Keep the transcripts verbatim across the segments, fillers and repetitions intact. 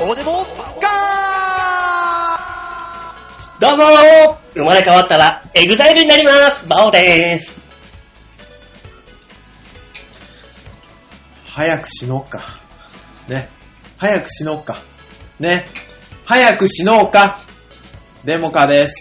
こうでもガー。 どうもー、生まれ変わったらエグザイルになります。バオでーす。 早く死のうか。ね。早く死のうか。ね。早く死のうか。デモカです。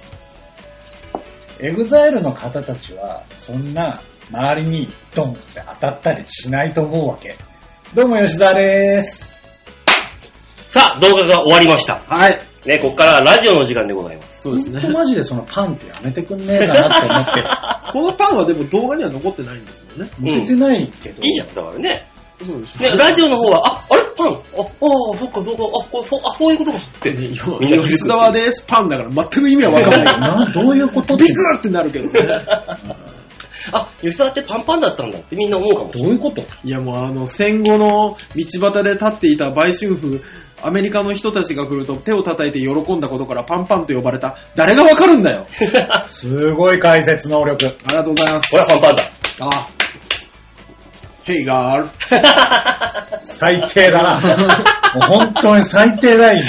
エグザイルの方たちは、そんな周りにドンって当たったりしないと思うわけ。どうも吉沢でーす。 さあ、動画が終わりました。 はい。 ね、こっからラジオの時間でございます。 そうですね。 ほんとマジでそのパンってやめてくんねえかなって思ってる。 このパンはでも動画には残ってないんですよね。 見せてないけど。 いいじゃん、だからね。 そうでしょ。 ね、ラジオの方は、あ、あれパンあ、ああ、そっか、どうか、あ、こう、そう、あ、そういうことかって。 ね、みんな吉沢ですパンだから全く意味はわかんないな。どういうことビクーってなるけどね。 あ、吉沢ってパンパンだったんだってみんな思うかもしれない。 どういうこと？ いやもうあの戦後の道端で立っていた売春婦、アメリカの人たちが来ると手を叩いて喜んだことからパンパンと呼ばれた。誰がわかるんだよ。 すごい解説能力。 ありがとうございます。 これはパンパンだ。 あ。ヘイガール。 最低だな。もう本当に最低だよ。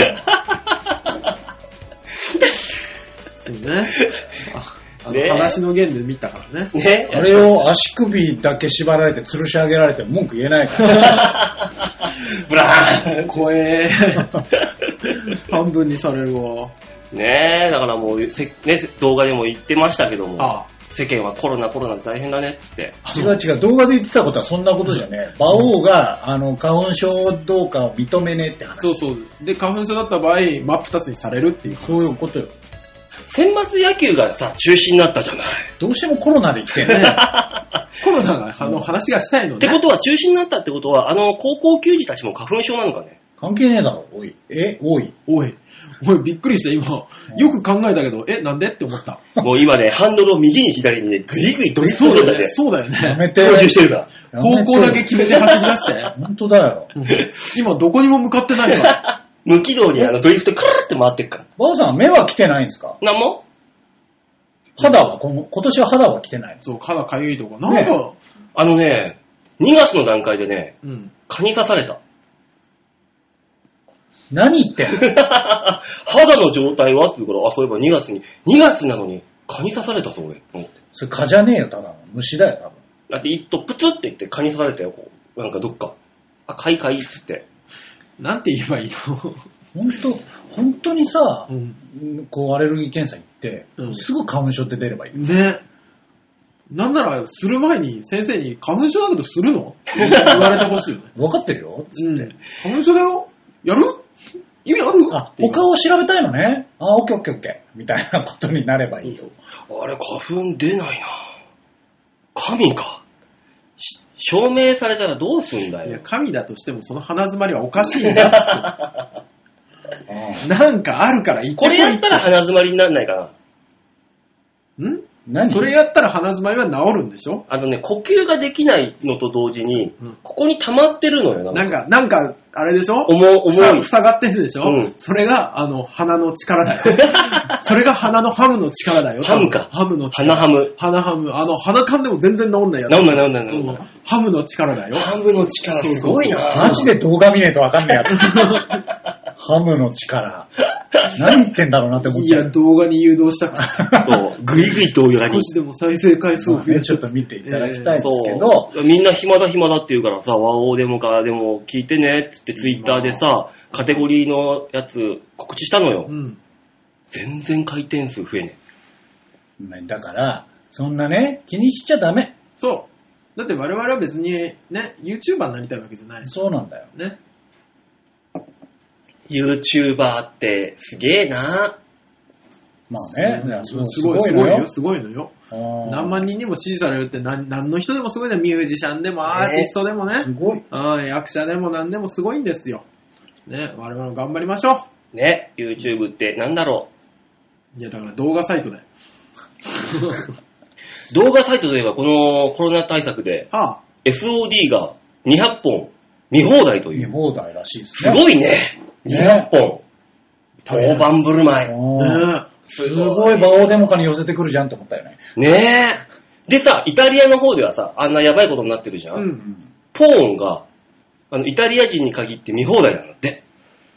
そうね。あの、 ね話の弦で見たからね。 ね。 あれを足首だけ縛られて吊るし上げられて文句言えないから。 ブラーン。 怖えー。半分にされるわ。 ねえ、だからもう、せね、動画でも言ってましたけども、 ああ世間はコロナコロナ大変だねっつって。 違う違う、動画で言ってたことはそんなことじゃねえ。馬王が、あの、花粉症どうかを認めねえって話。 そうそう。で、花粉症だった場合、真っ二つにされるっていう話。 そういうことよ。 選抜野球がさ、中止になったじゃない。 どうしてもコロナで生きてんね。 コロナが、あの、話がしたいのね。 ってことは中止になったってことは、あの、高校球児たちも花粉症なのかね。 関係ねえだろ、おい。え、おい。 おい。おい、びっくりした、今。よく考えたけど、え、なんでって思った。 もう今ね、ハンドルを右に左にね、グイグイドリップそうだよね。 するんだね。 そうだよやね。 めて。 操縦してるから。 方向だけ決めて走り出して。 本当だよ。 今、どこにも向かってないから。 無軌道にあのドリフトクルーって回ってっから。 馬王さん、目は来てないんですか？ なんも肌は、今年は肌は来てない。 そう、肌かゆいとか。なんか、ね、 あのね、にがつの段階でね、 うん、 蚊に刺された。 何言ってんの？ 肌の状態はって言うから、あ、そういえばにがつに、にがつなのに蚊に刺されたぞ、俺。思って。 それ蚊じゃねえよ、ただの。虫だよ、多分。 だって、一とプツって言って蚊に刺されたよ、こう。なんかどっか。あ、かいかいっつって。 なんて言えばいいの？ 本当、本当にさ、 うん、 こうアレルギー検査行って、うん、すぐ花粉症って出ればいい。 ね。なんなら、する前に先生に花粉症だけどするのって言われてほしいよね。 分かってるよ、つって、うん。 花粉症だよやる意味あるあ、他を調べたいのね。あ、オッケーオッケーオッケー。みたいなことになればいいよ。そうそうあれ、花粉出ないな。神か。証明されたらどうすんだよ。 いや、神だとしてもその鼻詰まりはおかしいんだっつって。なんかあるから言ってこいって。 これやったら鼻詰まりにならないかな。ん何それやったら鼻詰まりは治るんでしょ？ あのね、呼吸ができないのと同時に、うん、ここに溜まってるのよ。 なんか、なんか、あれでしょ？ 重い、重い。 塞がってるでしょ？うん、それが、あの、鼻の力だよ。それが鼻のハムの力だよ。 ハムか。 ハムの力。 鼻ハム。 鼻ハム。あの、鼻かんでも全然治んないやつ。 治んない治んない治んない。 ハムの力だよ。 ハムの力すごいな。 マジで動画見ねえとわかんねえやつ。ハムの力。何言ってんだろうなって思っちゃう。 いや、動画に誘導したくて。 そう。ぐいぐい動画に。 少しでも再生回数を増やちょっと見ていただきたいですけど。 えー、みんな暇だ暇だって言うからさ、ワオでもかでも聞いてねっつってツイッターでさ、カテゴリーのやつ告知したのよ。うん、全然回転数増えねえ。だから、そんなね、気にしちゃダメ。 そう。だって我々は別にね、YouTuber になりたいわけじゃない。 そうなんだよ。 ね。 YouTuber ってすげえな。 まあね、 すごいすごいよ、すごいのよ。何万人にも支持されるって何、何の人でもすごいね。ミュージシャンでもアーティストでもね。 すごい。 役者でも何でもすごいんですよ。ね、我々も頑張りましょう。ね、YouTube ってなんだろう。いや、だから動画サイトだよ。 動画サイトといえばこのコロナ対策で、はあ、エスオーディー がにひゃっぽん見放題という。 見放題らしいですね。 すごいね。にひゃっぽん。大盤振る舞い。 ね、すごい馬王デモカに寄せてくるじゃんって思ったよね。 ねえ。でさ、イタリアの方ではさ、あんなやばいことになってるじゃん。うん、ポーンが、あの、イタリア人に限って見放題なんだって。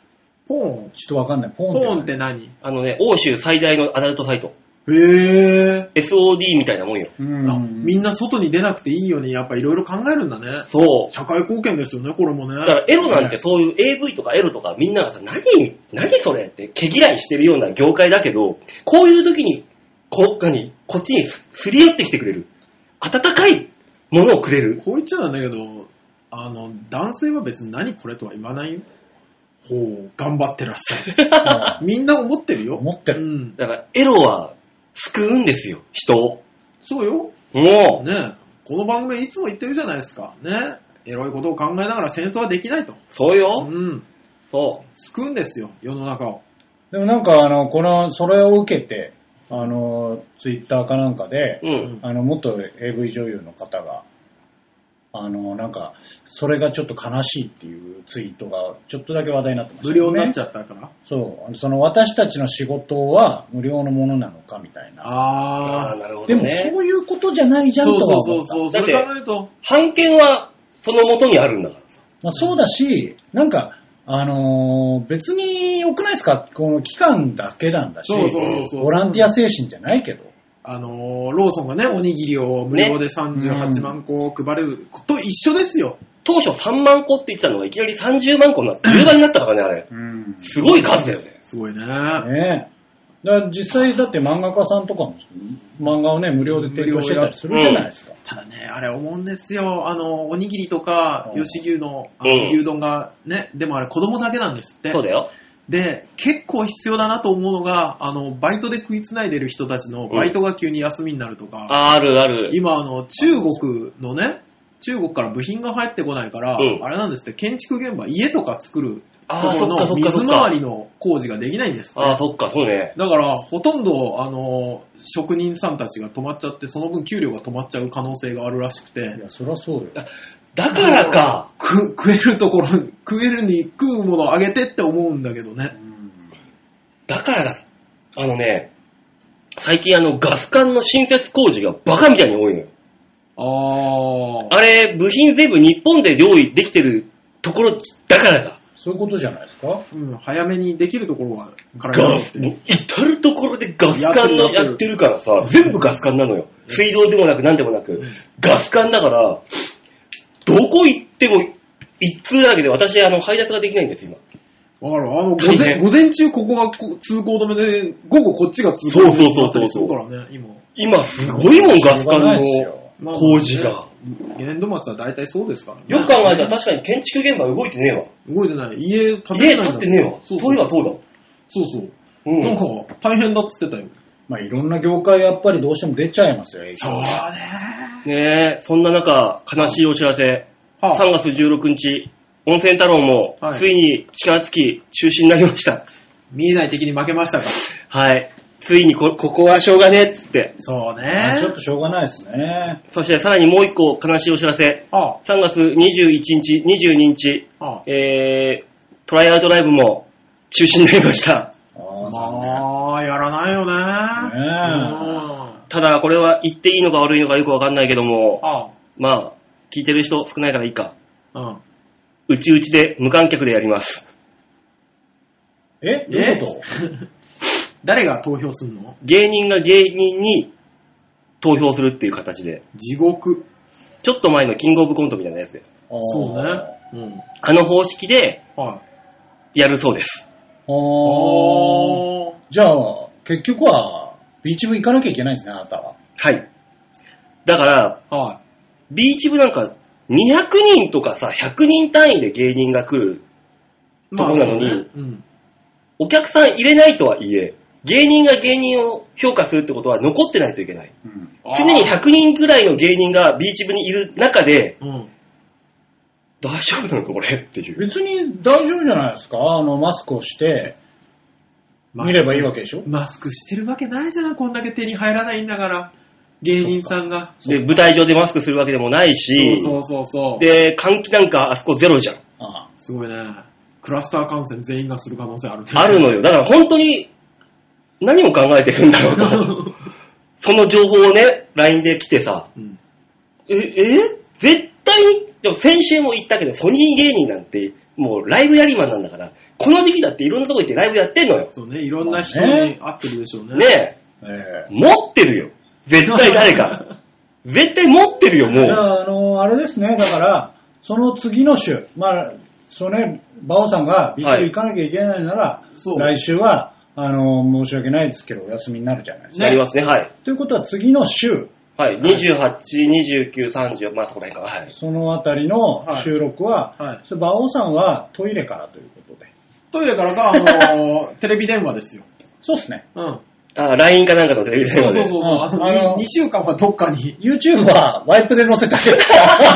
ポーンちょっとわかんない。ポーンポーンって何？ あのね、欧州最大のアダルトサイト。 へぇー。 エスオーディー みたいなもんよ。 うんあ、みんな外に出なくていいようにやっぱいろいろ考えるんだね。 そう。 社会貢献ですよね、これもね。 だからエロなんてそういう エーブイ とかエロとかみんながさ、何、何それって毛嫌いしてるような業界だけど、こういう時に、こ、何こっちにす、すり寄ってきてくれる。温かいものをくれる。 こう言っちゃなんだけど、あの、男性は別に何これとは言わないよ。ほう、頑張ってらっしゃる。みんな思ってるよ。 思ってる。 うん。 だからエロは救うんですよ、人を。 そうよ。 もう。 ね、この番組いつも言ってるじゃないですか。ね。エロいことを考えながら戦争はできないと。 そうよ。 うん。 そ救うんですよ、世の中を。 でもなんかあの、この、それを受けて、あの、ツイッターかなんかで、 う。うん。 あの、元 エーブイ 女優の方が、あの、なんか、それがちょっと悲しいっていうツイートが、ちょっとだけ話題になってました無よね。 料になっちゃったから。 そう。その私たちの仕事は無料のものなのかみたいな。 ああ、 あー。 なるほでもどね。 そういうことじゃないじゃんとそうは思った。 そうそうそう。それ考えると。 判権はその元にあるんだからさ。 まあ、そうだし、なんか、あのー別に良くないですか？この期間だけなんだし、 そうそうそうそう。 ボランティア精神じゃないけど。 あのー、ローソンがね、おにぎりを無料でさんじゅうはちまんこ配れると一緒ですよ。 当初さんまんこって言ってたのがいきなりさんじゅうまんこになってじゅうばいになったからね、あれ。 うんすごい数だよね。 すごいね。 ねえ。だから実際だって漫画家さんとかも漫画をね、無料で提供してたりするじゃないですか。 ただね、あれ思うんですよ。あの、おにぎりとか、 うん吉牛のあうんの牛丼がね、でもあれ子供だけなんですって。 そうだよ。 で、結構必要だなと思うのが、あの、バイトで食いつないでる人たちのバイトが急に休みになるとか、 あるある。 今あの、中国のね、中国から部品が入ってこないから、 うんあれなんですって、建築現場、家とか作るとああ、 ころそっかそのっかそっか。 水回りの工事ができないんですって。 ああ、そっか、そうね。 だから、ほとんど、あの、職人さんたちが止まっちゃって、その分給料が止まっちゃう可能性があるらしくて、 いや、そりゃそうよ。 だからか。 く食えるところ、食えるに食うものをあげてって思うんだけどね。 だからだ。あのね、最近あのガス管の新設工事がバカみたいに多いのよ。 あー。 あれ、部品全部日本で用意できてるところだからだ。 そういうことじゃないですか？ うん、早めにできるところは、からガス、もう至るところでガス管のやってるからさ、全部ガス管なのよ。水道でもなく何でもなく、ガス管だから、どこ行っても一通だらけで私、あの、配達ができないんです、今。 わかる。あの、午大前、 変午前中ここがこ通行止めで、午後こっちが通行止めになったりするからね、今。 今すごいもん、ガス管しょうがないですのよまあ工事が。 年度末は大体そうですからね。 よく考えたら確かに建築現場動いてねえわ。 動いてない。家建て家ないんだ建ってねえわ。 そうそういえばそうだ。 そうそう。 うん。 なんか、大変だっつってたよ。 まあいろんな業界やっぱりどうしても出ちゃいますよ、影響そうが。 ね。 ねえ、そんな中、悲しいお知らせ。 はあさんがつじゅうろくにち、温泉太郎もはいついに力尽き中止になりました。 見えない敵に負けましたか。 はい。ついにこ、ここはしょうがねえっつって。 そうね。 まあちょっとしょうがないですね。 そしてさらにもう一個悲しいお知らせ。 はさんがつにじゅういちにち、にじゅうににち、 あ、はえー、トライアウトライブも中止になりました。 ああ、 あ、 まあ、やらないよね。 ねただこれは言っていいのか悪いのかよくわかんないけども、 はまあ、聞いてる人少ないからいいか。 あ、うん。 うちうちで無観客でやります。 え。えどういうこと？ 誰が投票すんの？ 芸人が芸人に投票するっていう形で、 地獄。 ちょっと前のキングオブコントみたいなやつで、 そうね。うん。 あの方式ではい。 やるそうです。 あーおー。 じゃあ、結局は、ビーチ部行かなきゃいけないんですね、あなたは。 はい。だから、 はビーチ部なんかにひゃくにんとかさ、ひゃくにん単位で芸人が来るい。 とこなのにそうねうん。 お客さん入れないとはいえ、芸人が芸人を評価するってことは残ってないといけない。 うん。 常にひゃくにんくらいの芸人がビーチ部にいる中で、 うん。 大丈夫なのかこれっていう。 別に大丈夫じゃないですか。あの、マスクをして、見ればいいわけでしょ。 マスクしてるわけないじゃん、こんだけ手に入らないんだから。芸人さんが。 で、舞台上でマスクするわけでもないし、 そうそうそう。 で、換気なんかあそこゼロじゃん。 ああすごいね。クラスター感染全員がする可能性あるね。 あるのよ。だから本当に何を考えてるんだろうと。その情報をね、ライン で来てさ、 うん。 え、え絶対に、でも先週も言ったけど、ソニー芸人なんて、もうライブやりマンなんだから、 この時期だっていろんなとこ行ってライブやってんのよ。 そうね、いろんな人に会ってるでしょうね。 ねえ。 ええ持ってるよ。絶対誰か。絶対持ってるよ、もう。 じゃあ、あの、あれですね、だから、その次の週、まあ、そうね、馬王さんがビーチ部行かなきゃいけないなら、 そう来週は、あの、申し訳ないですけど、お休みになるじゃないですか。 なりますね、はい。 ということは次の週、 はい。にじゅうはち、にじゅうきゅう、さんじゅう、まあそこら辺か。はい。 そのあたりの収録は、 はいはいそれ馬王さんはトイレからということで。 トイレからか、あのー、テレビ電話ですよ。 そうですね。 うん。 あ、ライン かなんかのテレビ電話で。 そうそうそうそう。あの、 あのにしゅうかんはどっかに。 YouTube はワイプで載せてあげる。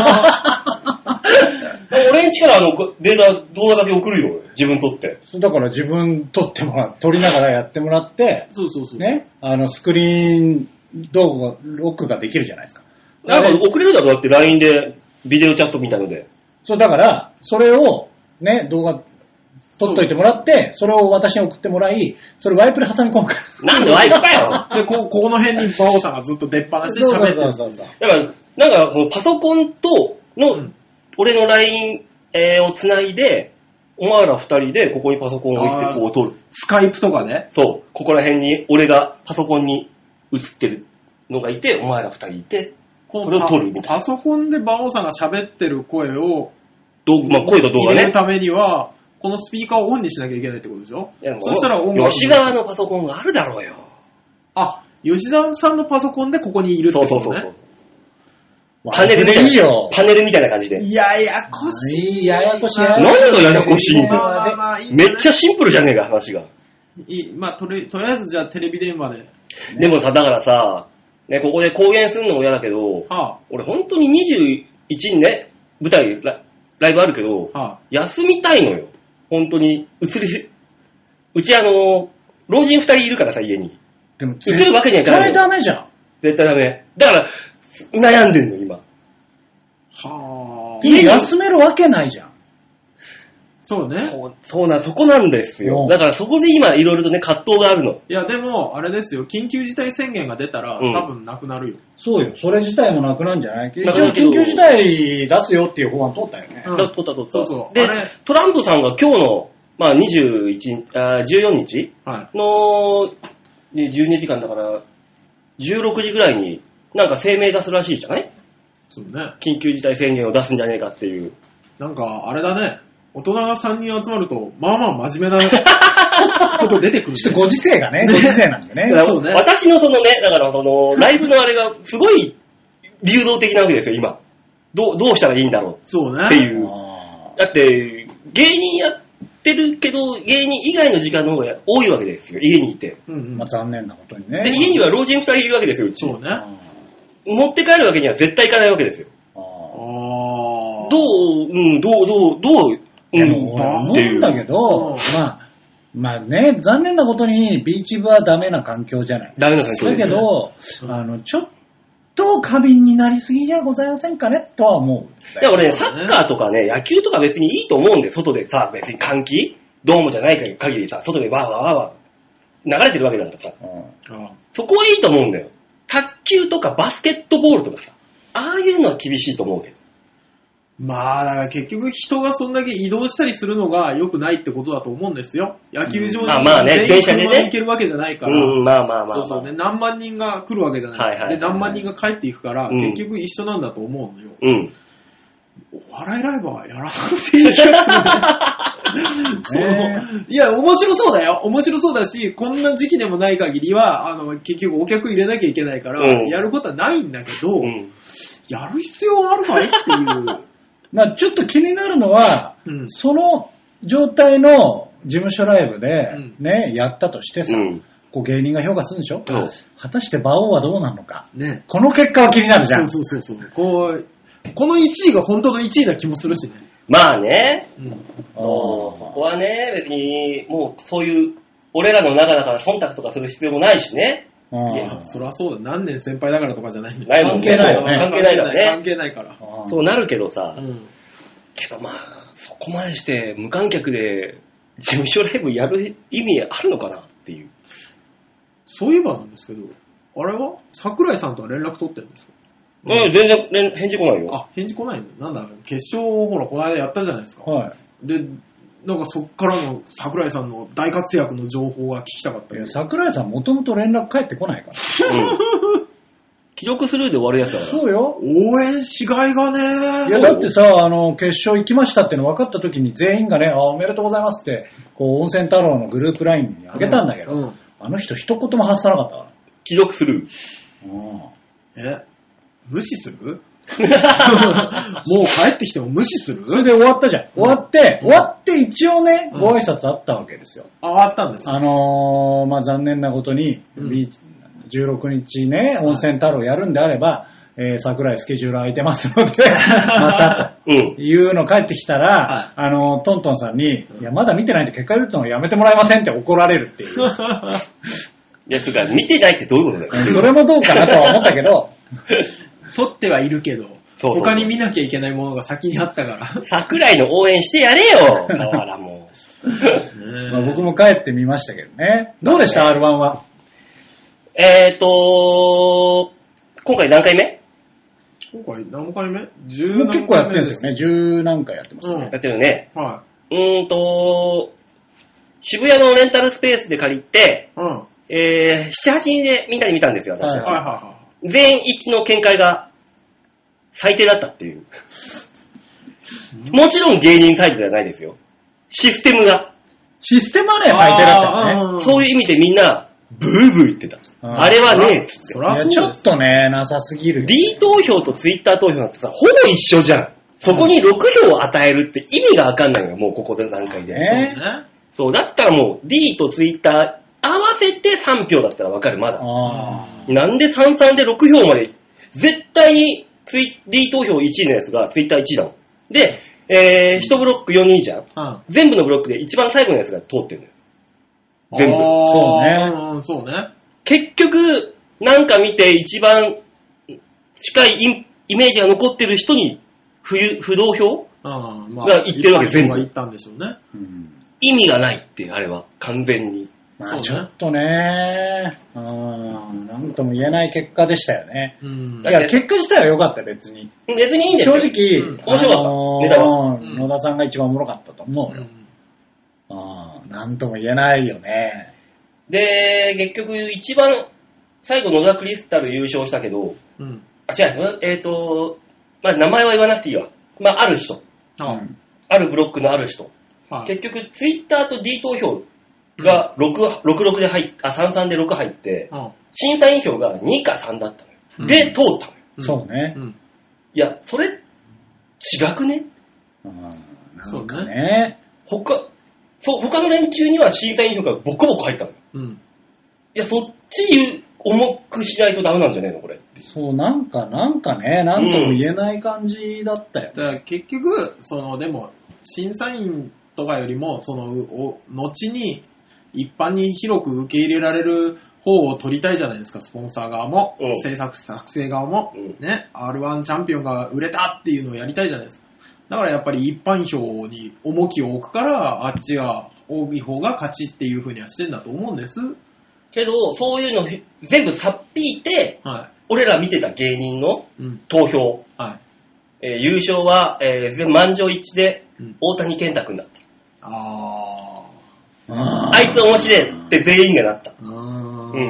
俺んちからあのデータ、動画だけ送るよ。自分撮って。 だから自分撮ってもら撮りながらやってもらって、 そうそうそう。。 ね、あの、スクリーン動画、ロックができるじゃないですか。 なんか送れるだろだって ライン でビデオチャットみたいので。 そう、だから、それを、ね、動画、撮っといてもらって、それを私に送ってもらい、それワイプで挟み込むから。 なんでワイプかよで、こう、ここの辺に馬王さんがずっと出っ放しでそう喋ってる。 そうそうそう。 だから、なんかこのパソコンとの、 うん俺の ライン、えーをつないで、お前ら二人でここにパソコンを置いてこう撮る。 スカイプとかね。 そう。ここら辺に俺がパソコンに映ってるのがいて、お前ら二人いて、 ここれを撮るみたいな。 パソコンで馬王さんが喋ってる声をどうまあ、声と動画ね。 入れるためには、このスピーカーをオンにしなきゃいけないってことでしょ？ いやもうそしたら音楽。 吉川のパソコンがあるだろうよ。 あ、吉沢さんのパソコンでここにいるってそことね。 うそうそうそう。パネルみたいな。 いいよ。 パネルみたいな感じで。 ややこしい。 いいややこしい。 なんだややこしいんだよまあまあまあいいめっちゃシンプルじゃねえか、話が。 いい。まあ、とり、とりあえずじゃあテレビ電話で。 でもさ、だからさ、ね、ここで公言するのも嫌だけど、 は俺本当ににじゅういちにね、舞台、ラライブあるけど、 あ、はあ。 休みたいのよ。本当に。映りす、うちあの、老人二人いるからさ、家に。 でも、 映るわけにはいかない絶対の。 ダメじゃん。 絶対ダメ。だから、悩んでんの、今。 はあ。 家に休めるわけないじゃん。 そうね。 そう、そうな、そこなんですよ。 うんだからそこで今いろいろとね、葛藤があるの。 いや、でも、あれですよ。緊急事態宣言が出たら、 うん多分なくなるよ。 そうよ。それ自体もなくなんじゃない一応なくなるけど緊急事態出すよっていう法案通ったよね。 うんだ取った取った。 そうそうであれ、 トランプさんが今日の、まあにじゅういち、あじゅうよっかはい。 の、ねじゅうにじかんだから、じゅうろくじぐらいになんか声明出すらしいじゃない？ そうね。 緊急事態宣言を出すんじゃねえかっていう。 なんか、あれだね。大人がさんにん集まると、まあまあ真面目なこと出てくる、ね。 ちょっとご時世がね、ご時世なんでね。 だからそうね私のそのね、だからその、ライブのあれがすごい流動的なわけですよ、今。どう、どうしたらいいんだろうそうね。 っていう。 あだって、芸人やってるけど、芸人以外の時間の方が多いわけですよ、家にいて。 うんうんーまあ、残念なことにね。 で、家には老人二人いるわけですよ、うち。 そうね。 あ持って帰るわけには絶対いかないわけですよ。 ーあああ。 どう、うん、どう、どう、どう、 ーでも、俺うん、 思っていうう。 んだけど、まあ、まあね、残念なことにビーチ部はダメな環境じゃない。 ダメな環境だですね。 けど、 うんあの、ちょっと過敏になりすぎじゃございませんかねとは思う。 でもね、サッカーとかね、野球とか別にいいと思うんで、外でさ、別に換気ドームじゃない限りさ、外でわーわーわーわー流れてるわけだからさ、 うんあそこはいいと思うんだよ。卓球とかバスケットボールとかさ、ああいうのは厳しいと思うけど。 まあ、だから結局人がそんだけ移動したりするのが良くないってことだと思うんですよ。野球場にうんあまあね全員電車でね車で行けるわけじゃないから。 うん、まあまあまあ、まあ。 そうそうね。何万人が来るわけじゃないですか。 はいはいで、何万人が帰っていくから、 うん結局一緒なんだと思うのよ。 うん。 お笑いライブはやらなくていい気がするね。そねのいや、面白そうだよ。面白そうだし、こんな時期でもない限りは、あの、結局お客入れなきゃいけないから、 うんやることはないんだけど、 うん。 やる必要あるかいっていう。 まあちょっと気になるのは、 うんその状態の事務所ライブでうんね、やったとしてさ、 うん。 こう芸人が評価するんでしょ、 そう果たして馬王はどうなのか。 ね。 この結果は気になるじゃん。 そうそうそうそう。こう、このいちいが本当のいちいな気もするしね。 まあね、 うん。 もうそこはね、別に、もうそういう、俺らの中だから忖度とかする必要もないしね。 うんいや、そりゃそうだ。何年先輩だからとかじゃないんですないもんね。 関係ないよね関係ないからね関。係ないから。 うんそうなるけどさ、 うん。 けどまあ、そこまでして無観客で事務所ライブやる意味あるのかなっていう。 そういえばなんですけど、あれは桜井さんとは連絡取ってるんですか？ うん、全然連返事来ないよ。 あ、返事来ないの？なんだ、決勝をほら、この間やったじゃないですか。 はい。 で、 なんかそっからの桜井さんの大活躍の情報が聞きたかったけど。 いや、桜井さんもともと連絡返ってこないから。 うん。既読スルーで終わるやつだから。 そうよ。 応援しがいがね。 いや、だってさ、あの、決勝行きましたっての分かった時に全員がね、あ、おめでとうございますって、こう、温泉太郎のグループラインにあげたんだけど、 うんうん、 あの人一言も発さなかったから。 既読スルー。 うん、 え無視するもう帰ってきても無視するそれで終わったじゃん。終わって、うん、終わって一応ね、ご挨拶あったわけですよ。 あ、終わったんです、ね、 あのー、まあ、残念なことに、うん、じゅうろくにちね、温泉太郎やるんであれば、えー、桜井スケジュール空いてますので、また、というの帰ってきたら、うん、あの、トントンさんに、いや、まだ見てないんで結果言うのをやめてもらえませんって怒られるっていう。 いや、それから見てないってどういうことだよ。 それもどうかなとは思ったけど、 撮ってはいるけど、そうそうそう他に見なきゃいけないものが先にあったから。 桜井の応援してやれよ、河原も。 まあ僕も帰ってみましたけどね。どうでした、アールワン は。 えーとー、今回何回目今回何回目 ?じゅうもう結構やってるんですよね。じゅう何回やってますね、うん。 やってるね。 はい。 うーんとー、渋谷のレンタルスペースで借りて、うん、えー、なな、はちにんでみんなで見たんですよ、私たち。はいはいはい。全員一致の見解が最低だったっていう。もちろん芸人サイドではないですよ。システムが。 システムはね、最低だったよね。 そういう意味でみんな、ブーブー言ってた。あ, あれはね、つって。 そらそうちょっとね、なさすぎる。 D 投票とツイッター投票なんてさ、ほぼ一緒じゃん。そこにろくひょうを与えるって意味がわかんないのよ、もうここで段階で。 そうね。 そう、だったらもう D とツイッター合わせてさんひょうだったらわかる、まだ。なんでさんさんでろくひょうまで、絶対にツイ D 投票いちいのやつがツイッターいちいだもん。で、えー、いちブロックよにいじゃん、うん、全部のブロックで一番最後のやつが通ってるのよ。全部。 そうね。 そうね。 結局、なんか見て一番近いイメージが残ってる人に不不動票が言ってるわけ、全部。 言ったんでしょうね。 うん、意味がないって、あれは。完全に。 まあ、ちょっとね、うん、なんとも言えない結果でしたよね。うん、いや、結果自体は良かった、別に。 別にいいんですよ。 正直、うん、 面白かった。ネタは。 野田さんが一番おもろかったと思うよ。うん、なんとも言えないよね。 で、結局一番、最後野田クリスタル優勝したけど、うん、あ、違う、えっ、ー、と、まあ名前は言わなくていいわ。まあある人。うん、あるブロックのある人。はい、結局ツイッターと D 投票がろく、ろくろくで入っあ、さんさんでろく入って、うん、審査員票がにかさんだったのよ。うん、で、通ったのよ。 うん、そうね、うん。 いや、それ、違くね、 うん、なんかね。 他、そう、他の連中には審査員票がボコボコ入ったのよ。うん、いや、そっち重くしないとダメなんじゃねえのこれ。 そう、なんか、なんかね、なんとも言えない感じだったよ。 うん、だから結局、その、でも、審査員とかよりも、その、お後に、一般に広く受け入れられる方を取りたいじゃないですか、スポンサー側も、うん、制作作成側も、うん、ね、アールワン チャンピオンが売れたっていうのをやりたいじゃないですか。だからやっぱり一般票に重きを置くから、あっちが多い方が勝ちっていう風にはしてんだと思うんです。 けど、そういうの全部さっぴいて、はい、俺ら見てた芸人の投票、うんはい、えー、優勝は、えー、満場一致で大谷健太君だった。うん、ああ。あいつ面白いって全員がなった。うん。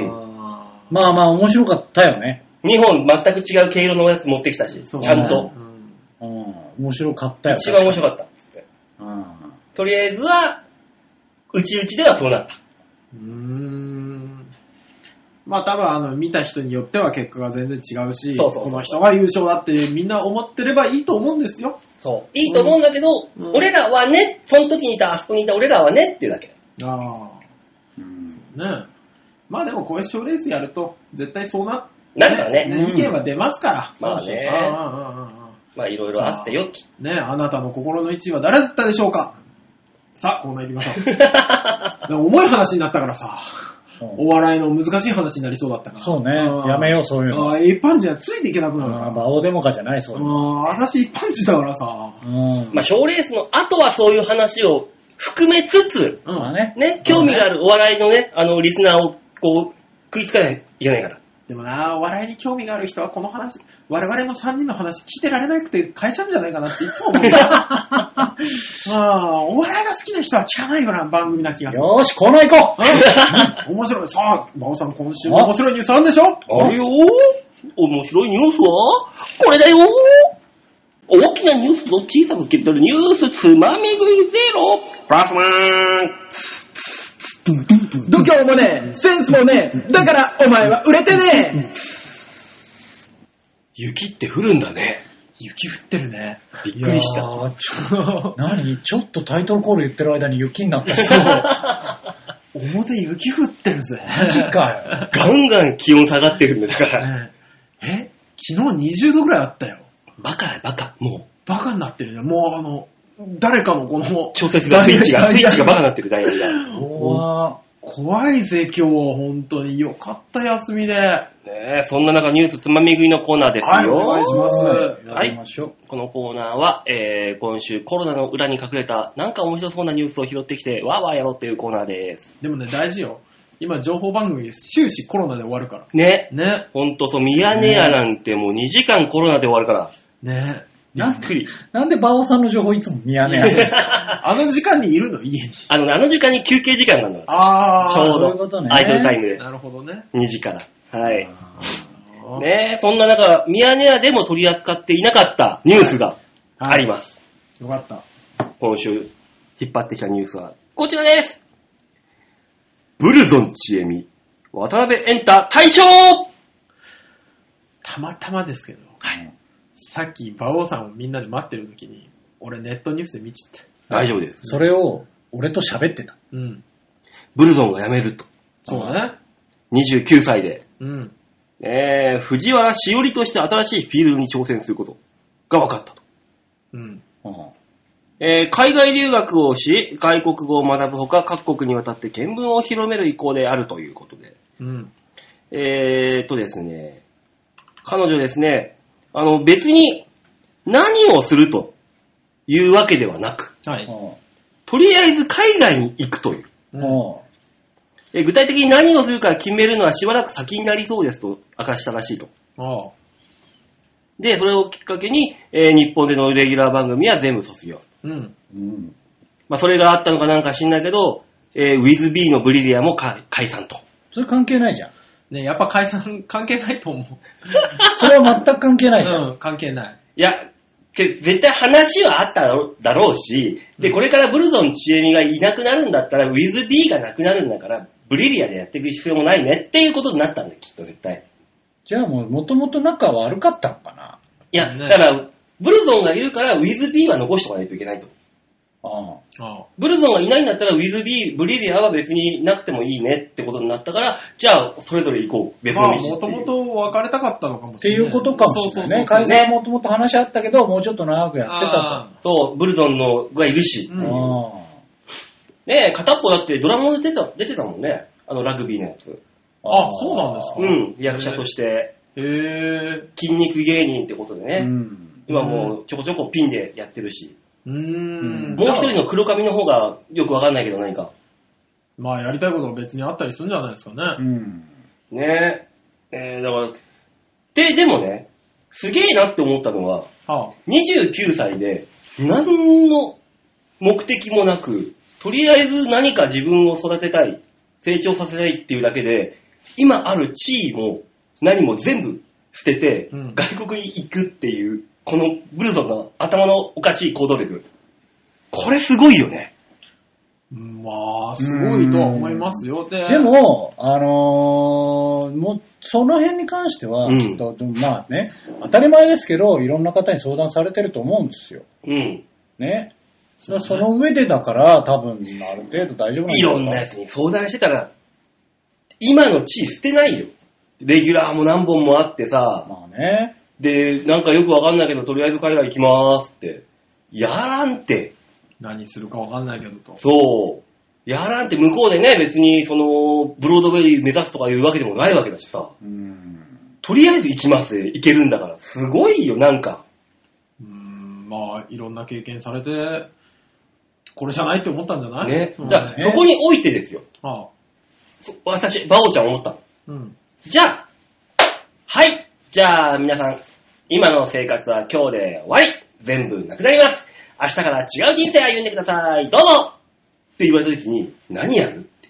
まあまあ面白かったよね。 にほん全く違う毛色のやつ持ってきたし、ね、ちゃんと。 うん、うん、面白かったよ。 一番面白かったっつって。うん、とりあえずは、うちうちではそうなった。うーん。 まあ多分あの見た人によっては結果が全然違うし、そうそうそう、この人が優勝だってみんな思ってればいいと思うんですよ。 そう。いいと思うんだけど、うん、俺らはね、その時にいた、あそこにいた俺らはねっていうだけ。ああ。 うん。そうね。まあでもこういう賞レースやると絶対そうな、 なるからね。 ね、意見は出ますから。 まあね。ああああまあいろいろあってよき。 ね、あなたの心の一位は誰だったでしょうか。さあ、コーナー行きましょう。重い話になったからさ、お笑いの難しい話になりそうだったから。 そうね。やめよう、そういうの。 あ一般人はついていけなくなるから。 バオデモカじゃない、そういうの。 私一般人だからさ。 まあ、賞レースの後はそういう話を含めつつ、うん、ね、興味があるお笑いのね、あの、リスナーをこう、食いつかないといけないから。 でもな、お笑いに興味がある人はこの話、我々のさんにんの話聞いてられなくて変えちゃうんじゃないかなっていつも思うんだ。まあ、お笑いが好きな人は聞かないような番組な気がする。 よーし、コーナー行こう面白い。さあ、馬尾さん今週も面白いニュースあるんでしょ？ あるよ。面白いニュースはこれだよ。大きなニュースを小さく切り取るニュースつまみ食いゼロプラスワン。 度胸もねえ、センスもねえ、だからお前は売れてねえ。 雪って降るんだね。 雪降ってるね。 びっくりした。 何ちょっとタイトルコール言ってる間に雪になったそう。表雪降ってるぜ。 マジかよ。 ガンガン気温下がってるんだから。 ね、え昨日にじゅうどぐらいあったよ。 バカだバカ。もう。 バカになってるね。もうあの、誰かのこの。 調節がスイッチが、スイッチがバカになってるダイヤルが。 怖怖いぜ今日本当に。よかった休みで。ねえ、そんな中ニュースつまみ食いのコーナーですよ。 はい、お願いします。 はい。このコーナーは、えー、今週コロナの裏に隠れたなんか面白そうなニュースを拾ってきてわーわーやろうっていうコーナーです。 でもね、大事よ。今情報番組終始コロナで終わるから。 ね。 ね。 ほんとそう、ミヤネ屋なんてもうにじかんコロナで終わるから。 ね。 びっくり。 なんでバオさんの情報いつもミヤネ屋ですか？ あの時間にいるの家に。 あのね、あの時間に休憩時間なんだ。 あちょうど。 そういうことね。 アイドルタイムで。 なるほどね。 にじから。はい。ね、そんな中、ミヤネ屋でも取り扱っていなかったニュースがあります。 はい、よかった。 今週引っ張ってきたニュースはこちらです。ブルゾンちえみ、渡辺エンタ大賞。 たまたまですけど。 はい。 さっき馬王さんをみんなで待ってる時に、俺ネットニュースで見ちゃった。 大丈夫です。 それを俺と喋ってた。 うん。 ブルゾンが辞めると。 そうだね。 にじゅうきゅうさいで。 うん。 えー、藤原しおりとして新しいフィールドに挑戦することが分かったと。 うん。 えー、海外留学をし、外国語を学ぶほか、各国にわたって見聞を広める意向であるということで。 うん。 えーとですね、彼女ですね、あの別に何をするというわけではなく、 はい、 とりあえず海外に行くという。 うん、 え具体的に何をするか決めるのはしばらく先になりそうですと明かしたらしいと。 ああで、それをきっかけに、えー、日本でのレギュラー番組は全部卒業。 うんうん、 まあ、それがあったのかなんか知んないけど、えー、ウィズビーのブリリアも解散と。 それ関係ないじゃん。 ね、やっぱ解散関係ないと思う。 それは全く関係ないじゃん。 うん、関係ない。 いや、絶対話はあっただろうし、で、これからブルゾンちえみがいなくなるんだったら、ウィズビーがなくなるんだから、ブリリアでやっていく必要もないねっていうことになったんだよ、きっと絶対。 じゃあもう、もともと仲悪かったのかな。 いや、ね、だから、ブルゾンがいるから、ウィズビーは残しておかないといけないと。 ああブルゾンがいないんだったら、ウィズビー、ブリリアは別になくてもいいねってことになったから、じゃあ、それぞれ行こう。別の道っていう。 まあ、もともと別れたかったのかもしれない。 っていうことかもしれないね。解散はもともと話あったけど、もうちょっと長くやってたと。そう、ブルゾンのがいるし。うん、ねえ、片っぽだってドラマで出てた、出てたもんね。あの、ラグビーのやつ。 あ、そうなんですか。 うん、役者として。 へぇ筋肉芸人ってことでね。うん、今もうちょこちょこピンでやってるし。 うーんもう一人の黒髪の方がよくわかんないけど何か。 まあやりたいことは別にあったりするんじゃないですかね。 うん、 ねえ。えー、だから、で、でもね、すげえなって思ったのは、はあ、にじゅうきゅうさいで何の目的もなく、とりあえず何か自分を育てたい、成長させたいっていうだけで、今ある地位も何も全部捨てて、うん、外国に行くっていう、このブルゾンの頭のおかしい行動力。これすごいよね。 まあ、すごいとは思いますよ。 で, でも、あのー、もう、その辺に関しては、うん、まあね、当たり前ですけど、いろんな方に相談されてると思うんですよ。 うん。 ね。そ, その上でだから、多分、ある程度大丈夫なんだいろんなやつに相談してたら、今の地位捨てないよ。レギュラーも何本もあってさ。 まあね。 で、なんかよくわかんないけど、とりあえず海外行きまーすって。やらんって。 何するかわかんないけどと。 そう。やらんって向こうでね、別にその、ブロードウェイ目指すとかいうわけでもないわけだしさ。 うん。 とりあえず行きますで行けるんだから。すごいよ、なんか。 うーん、まあ、いろんな経験されて、これじゃないって思ったんじゃないね。だから、そこにおいてですよ。 ああ私、バオちゃん思ったの。 うん。 じゃあ、 はい。じゃあ、皆さん、今の生活は今日で終わり。全部なくなります。明日から違う人生歩んでください。どうぞって言われたときに、何やるっていう。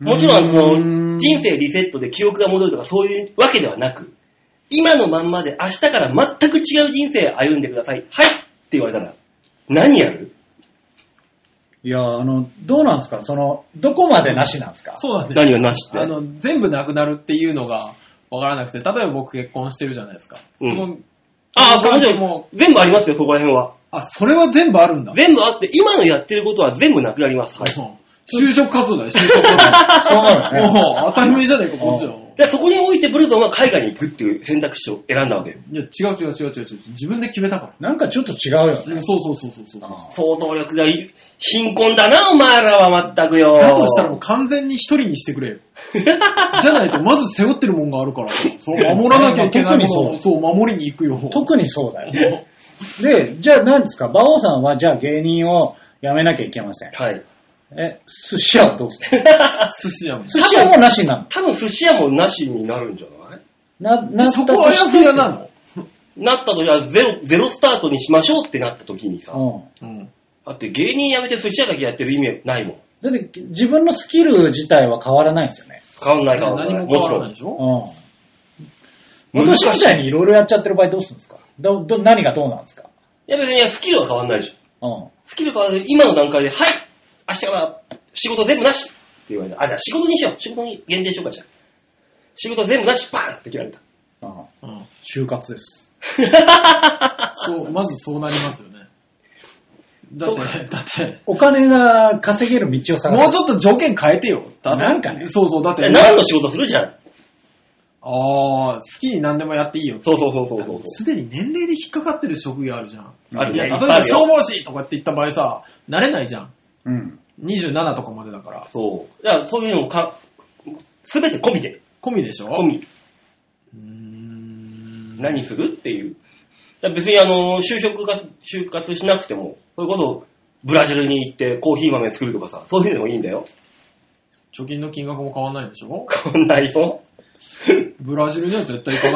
もちろん、その、人生リセットで記憶が戻るとかそういうわけではなく、今のまんまで明日から全く違う人生歩んでください。はいって言われたら、何やる？ いや、あの、どうなんですかその、どこまでなしなんですか？ そうなんです。 何がなしって？ あの、全部なくなるっていうのがわからなくて、例えば僕結婚してるじゃないですか。 うん、 そのああ、もちろん、全部ありますよ、そこら辺は。 あ、それは全部あるんだ。 全部あって、今のやってることは全部なくなります。はい。 就職活動だよ、就職活動。そうなのね。もう当たり前じゃねえか、こっちは。 じゃあそこにおいてブルゾンは海外に行くっていう選択肢を選んだわけよ。 いや、違う違う違う違う違う。自分で決めたから。 なんかちょっと違うよね。 そうそうそうそうそう。 想像力が貧困だな、お前らは全くよ。 だとしたらもう完全に一人にしてくれよ。じゃないと、まず背負ってるもんがあるから。そう守らなきゃいけないものを、そう、守りに行くよ。 特にそうだよ。で、じゃあ何ですか馬王さんはじゃあ芸人を辞めなきゃいけません。 はい。 え、寿司屋はどうする？ 寿司屋も。 寿司屋もなしになるの？ 多分寿司屋もなしになるんじゃないな、なったとして。 そこは役屋なの？ なったときはゼロ、ゼロスタートにしましょうってなった時にさ。 うん。 だって芸人辞めて寿司屋だけやってる意味ないもん。 だって自分のスキル自体は変わらないんですよね。 変わんない変わんない。 何も変わらないでしょ？ うん。私みたいにいろいろやっちゃってる場合どうするんですか？ど、ど、何がどうなんですか？ いや別にスキルは変わんないでしょ。 うん。 スキル変わらず今の段階で、はい明日から仕事全部なしって言われた。あ、じゃあ仕事にしよう。仕事に限定しようか、じゃあ。仕事全部なし、バーンって切られた。 ああ、うん、就活です。 そう、まずそうなりますよね。だって、だって。 お金が稼げる道を探す。 もうちょっと条件変えてよ。 なんかね。 そうそう、だって。 何の仕事するじゃん。 ああ、好きに何でもやっていいよ。 そうそうそうそうそう。 すでに年齢で引っかかってる職業あるじゃん。 あるね。 いや、例えば消防士とかって言った場合さ、なれないじゃん。 うん。 にじゅうななとかまでだから。 そう。だからそういうのをか、すべて込みで。 込みでしょ？ 込み。うーん。 何するっていう。別にあの、就職が、就活しなくても、それこそ、ブラジルに行ってコーヒー豆作るとかさ、そういうのでもいいんだよ。 貯金の金額も変わんないでしょ？ 変わんないよ。 ブラジルには絶対行か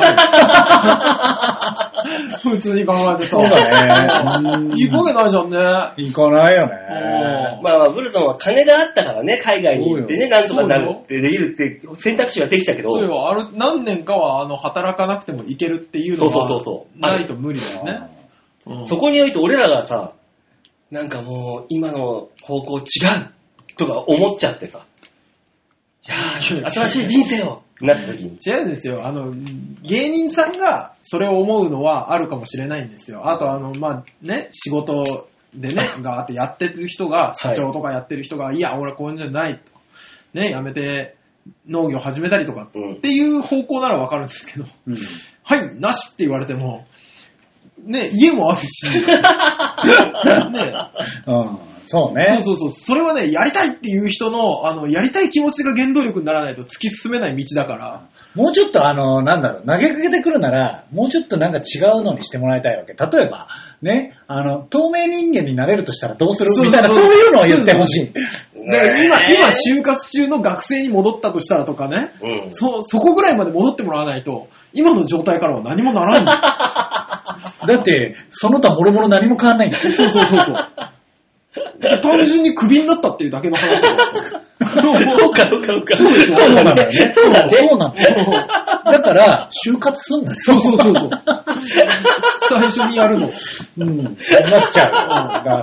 ないよ。普通に考えてさ。 そうだね。 行くわけないじゃんね。 行かないよね。 まあまあ、ブルゾンは金があったからね、海外に行ってね、なんとかなるってできるって選択肢ができたけど。 そうよ、ある、何年かは、あの、働かなくても行けるっていうのが、 そうそうそうそう。 ないと無理だよね。 うん、そこにおいて俺らがさ、なんかもう、今の方向違うとか思っちゃってさ、いやー、新しい人生をなった時に。 違うんですよ。あの、芸人さんがそれを思うのはあるかもしれないんですよ。あと、あの、まあ、ね、仕事でね、があってやってる人が、社長とかやってる人が、はい、いや、俺はこういうんじゃないと。ね、やめて農業始めたりとかっていう方向ならわかるんですけど、うん、はい、なしって言われても、ね、家もあるし、ね、 うん、そうね。 そうそうそう。それはね、やりたいっていう人の、あの、やりたい気持ちが原動力にならないと突き進めない道だから。 もうちょっとあの、なんだろう、投げかけてくるなら、もうちょっとなんか違うのにしてもらいたいわけ。例えば、ね、あの、透明人間になれるとしたらどうするみたいな、そういうのを言ってほしい。 だから今、今、就活中の学生に戻ったとしたらとかね、うん、そ、そこぐらいまで戻ってもらわないと、今の状態からは何もならん。 だって、その他もろもろ何も変わんないんだよ。 そうそうそうそう。単純にクビになったっていうだけの話だから。 そうかそうかそうか。 そうでしょ。そうなんだよね。そうなんだよ。そうなんだよ。だから、就活すんだよ。 そうそうそうそう。最初にやるの。 うん。なっちゃう。だから、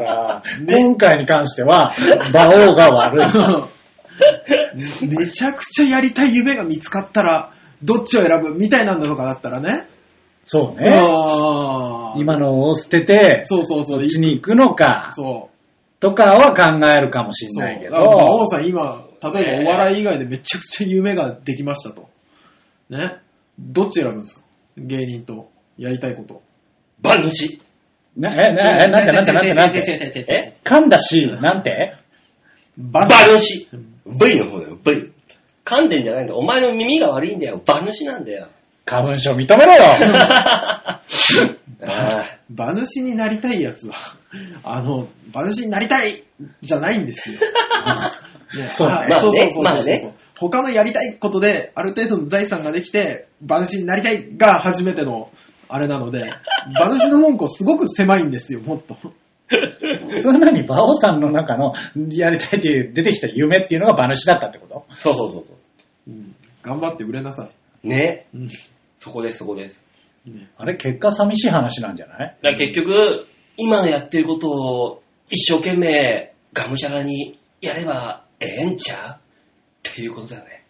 今回に関しては、馬王が悪い。めちゃくちゃやりたい夢が見つかったら、どっちを選ぶみたいなんだとかだったらね。 そうね。今のを捨てて、 そうそうそう。 こっちに行くのか。 そう。 とかは考えるかもしれないけど。 馬王さん今、例えばお笑い以外でめちゃくちゃ夢ができましたと。ね。どっち選ぶんですか？芸人とやりたいこと。 馬主。 な、え、な、え、なんてなんてなんてなんて。え噛んだし、なんて馬主。V の方だよ、V。噛んでんじゃないんだよ。お前の耳が悪いんだよ。馬主なんだよ。 花粉症認めろよ。 馬主になりたいやつは、あの、馬主になりたいじゃないんですよ。 そうね。まあね。まあね。 他のやりたいことで、ある程度の財産ができて、馬主になりたいが初めての、あれなので、馬主の門戸すごく狭いんですよ、もっと。 それなに馬王さんの中のやりたいっていう出てきた夢っていうのが馬主だったってこと？ そうそうそうそう、 うん。頑張って売れなさい。 ね、 うん、 そこです、そこです。 ね、 あれ、結果寂しい話なんじゃない？ だから結局、今のやってることを一生懸命がむしゃらにやればええんちゃうっていうことだよね。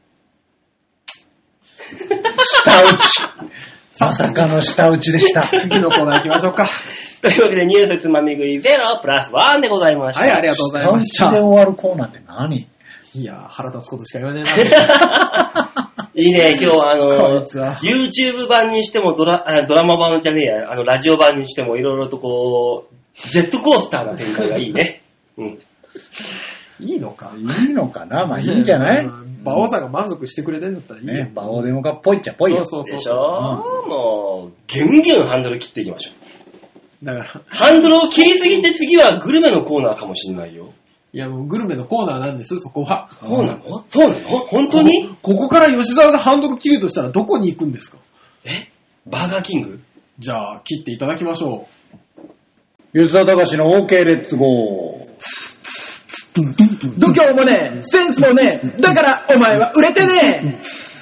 下打ち。まさかの下打ちでした。 次のコーナー行きましょうか。 というわけで、ニュースつまみ食いゼロプラスワンでございました。 はい、ありがとうございました。 下打ちで終わるコーナーって何？ いやー、腹立つことしか言わねえな。 いいね、今日はあのこいつは YouTube 版にしてもドラ、あドラマ版じゃねえや、あの、ラジオ版にしてもいろいろとこう、ジェットコースターな展開がいいね。うん。 いいのかいいのかな？まあいいんじゃない？ 馬王さんが満足してくれてんだったらいいよ。 ね、馬王デモカっぽいっちゃっぽいよ。 そうそうそう。 でしょ、うん、もう、ギュンギュンハンドル切っていきましょう。 だから。 ハンドルを切りすぎて次はグルメのコーナーかもしれないよ。 いやもうグルメのコーナーなんです、そこは。 そうなの？そうなの？本当に？ ここ、ここから吉沢がハンドル切るとしたらどこに行くんですか？ え？バーガーキング？ じゃあ、切っていただきましょう。吉沢隆の OK レッツゴー。 度胸もねえ、センスもねえ、だからお前は売れてねえ。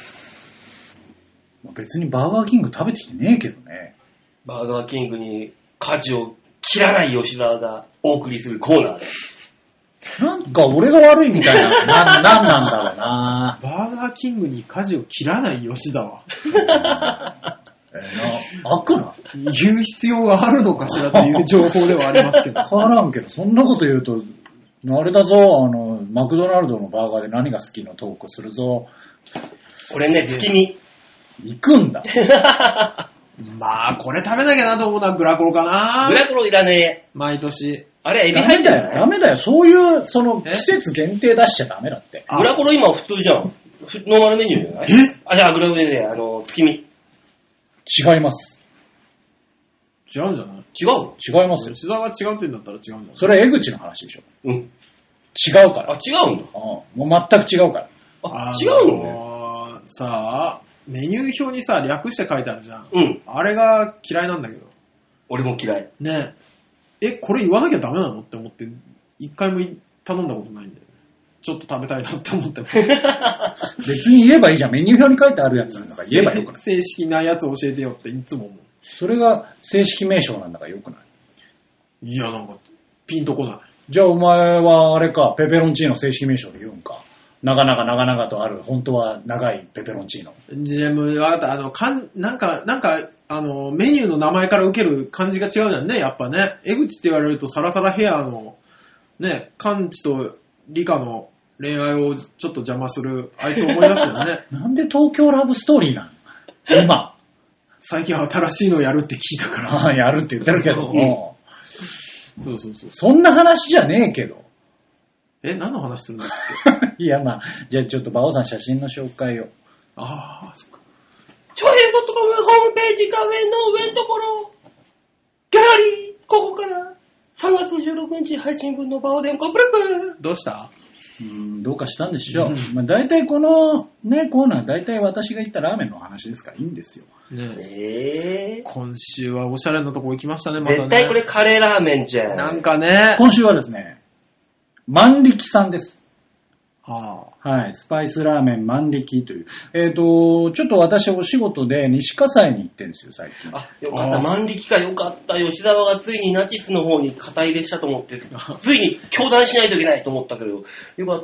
別にバーガーキング食べてきてねえけどね。 バーガーキングに舵を切らない吉沢がお送りするコーナーです。 なんか俺が悪いみたいな。な、なんなんだろうな。 バーガーキングに舵を切らない吉沢。 えー、な、悪な。 言う必要があるのかしらという情報ではありますけど。 わからんけど、そんなこと言うと、あれだぞ、あの、マクドナルドのバーガーで何が好きのトークするぞ。 俺ね、月見。 行くんだ。 まあ、これ食べなきゃなと思うのはグラコロかな。 グラコロいらねえ。 毎年。 あれ、エビ入ってるダメだよ、ダメだよ。そういう、その、季節限定出しちゃダメだって。 グラコロ今普通じゃん。ノーマルメニューじゃない？え？あ、じゃあグラコロでね、あの、月見。 違います。 違うんじゃない？ 違う？ 違いますよ。 吉沢が違うって言うんだったら違うんじゃない？ それは江口の話でしょ。 うん。 違うから。 あ、違うんだ。 ああもう全く違うから。 あ、違うのね。 さあ、メニュー表にさ、略して書いてあるじゃん。 うん。 あれが嫌いなんだけど。 俺も嫌い。 ねえ。え、これ言わなきゃダメなのって思って、一回も頼んだことないんだよね。ちょっと食べたいなって思っても。 別に言えばいいじゃん。メニュー表に書いてあるやつなんだから言えばよくない。 正式なやつ教えてよっていつも思う。 それが正式名称なんだからよくない。 いや、なんか、ピンとこない。 じゃあお前はあれか、ペペロンチーノ正式名称で言うんか。長々長々とある、本当は長いペペロンチーノ。 でも、わかった。あの、かん、なんか、なんか、あの、メニューの名前から受ける感じが違うじゃんね、やっぱね。江口って言われるとサラサラヘアの、ね、カンチとリカの恋愛をちょっと邪魔する、あいつ思い出すよね。 なんで東京ラブストーリーなの今。 最近新しいのやるって聞いたから。 ああ、やるって言ってるけども。 そうそうそう。 そんな話じゃねえけど。 え、何の話するんですかいや、まあ、じゃあちょっと馬王さん写真の紹介を。 ああ、そっか。 超平 .com ホームページ画面の上のところ、ギャラリー、ここからさんがつじゅうろくにち配信分のバオデンコプルプどうしたうーん、どうかしたんでしょう。まあ、大体このね、コーナー、大体私が言ったラーメンの話ですからいいんですよ。 ねえー、 今週はおしゃれなとこ行きましたね、まだね。 絶対これカレーラーメンじゃん。 なんかね。 今週はですね、万力さんです。 はあ、はい。スパイスラーメン万力という。えっ、ー、と、ちょっと私お仕事で西葛西に行ってるんですよ、最近。 あ、よかった。万力かよかった。吉沢がついにナチスの方に肩入れしたと思って、ついに教団しないといけないと思ったけど、よかった。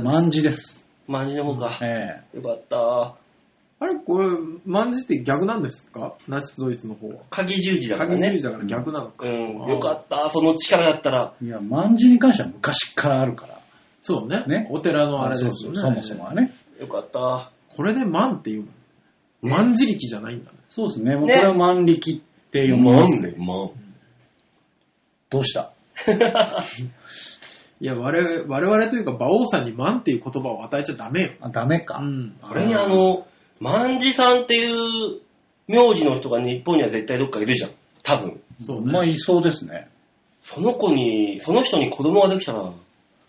万字です。 万字の方か。 ええー、よかった。 あれこれ、万字って逆なんですか？ナチスドイツの方は。 鍵十字だからね。 鍵十字だから逆なのか。 うん。よかった。その力だったら。 いや、万字に関しては昔からあるから。 そうね。 ね。 お寺のあれですよね。 そうそう、そもそもはね。 よかった。 これで万っていうの、ね、万字力じゃないんだね。 そうですね。もうこれは万力って読みますね。 万。 どうしたいや、我々、我々というか、馬王さんに万っていう言葉を与えちゃダメよ。 あ、ダメか。 うん。 これにあの、万字さんっていう名字の人が日本には絶対どっかいるじゃん。多分。 そうね。 まあ、いそうですね。 その子に、その人に子供ができたら、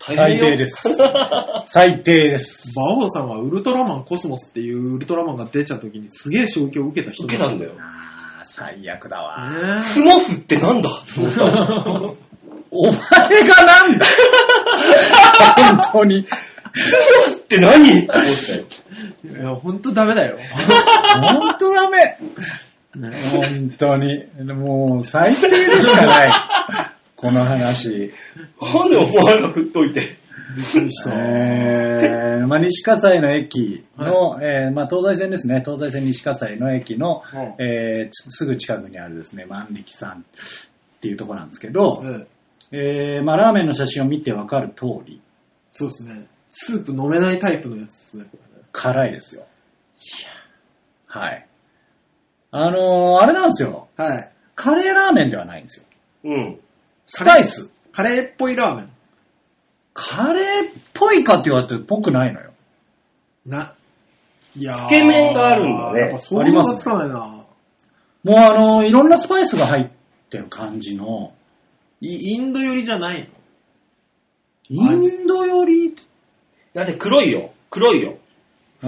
最低です。最低です。 バオさんはウルトラマンコスモスっていうウルトラマンが出た時にすげえ衝撃を受けた人受けたんだよ。 あー、最悪だわ。 スモスってなんだお前がなんだ本当に。 スモスって何って思ったよ。 いや、ほんとダメだよ。 ほんとダメ。本当に。もう最低でしかない。この話。 なんでお前が振っといて。 びっくりした。 えー、まあ、西葛西の駅の、はい、えー、まあ、東西線ですね。東西線西葛西の駅の、はい、えー、すぐ近くにあるですね、万力さんっていうところなんですけど、はい、えー、まあ、ラーメンの写真を見てわかる通り。 そうですね。スープ飲めないタイプのやつですね。 辛いですよ。いや。はい。あのー、あれなんですよ。 はい。 カレーラーメンではないんですよ。 うん。 スパイス。 カレーっぽいラーメン。 カレーっぽいかって言われてぽくないのよ。 な、いやー。 つけ麺があるんだね。 やっぱ想像がつかないな。 もうあのー、いろんなスパイスが入ってる感じの。 インド寄りじゃないの？ インド寄りだって黒いよ。黒いよ。 うん。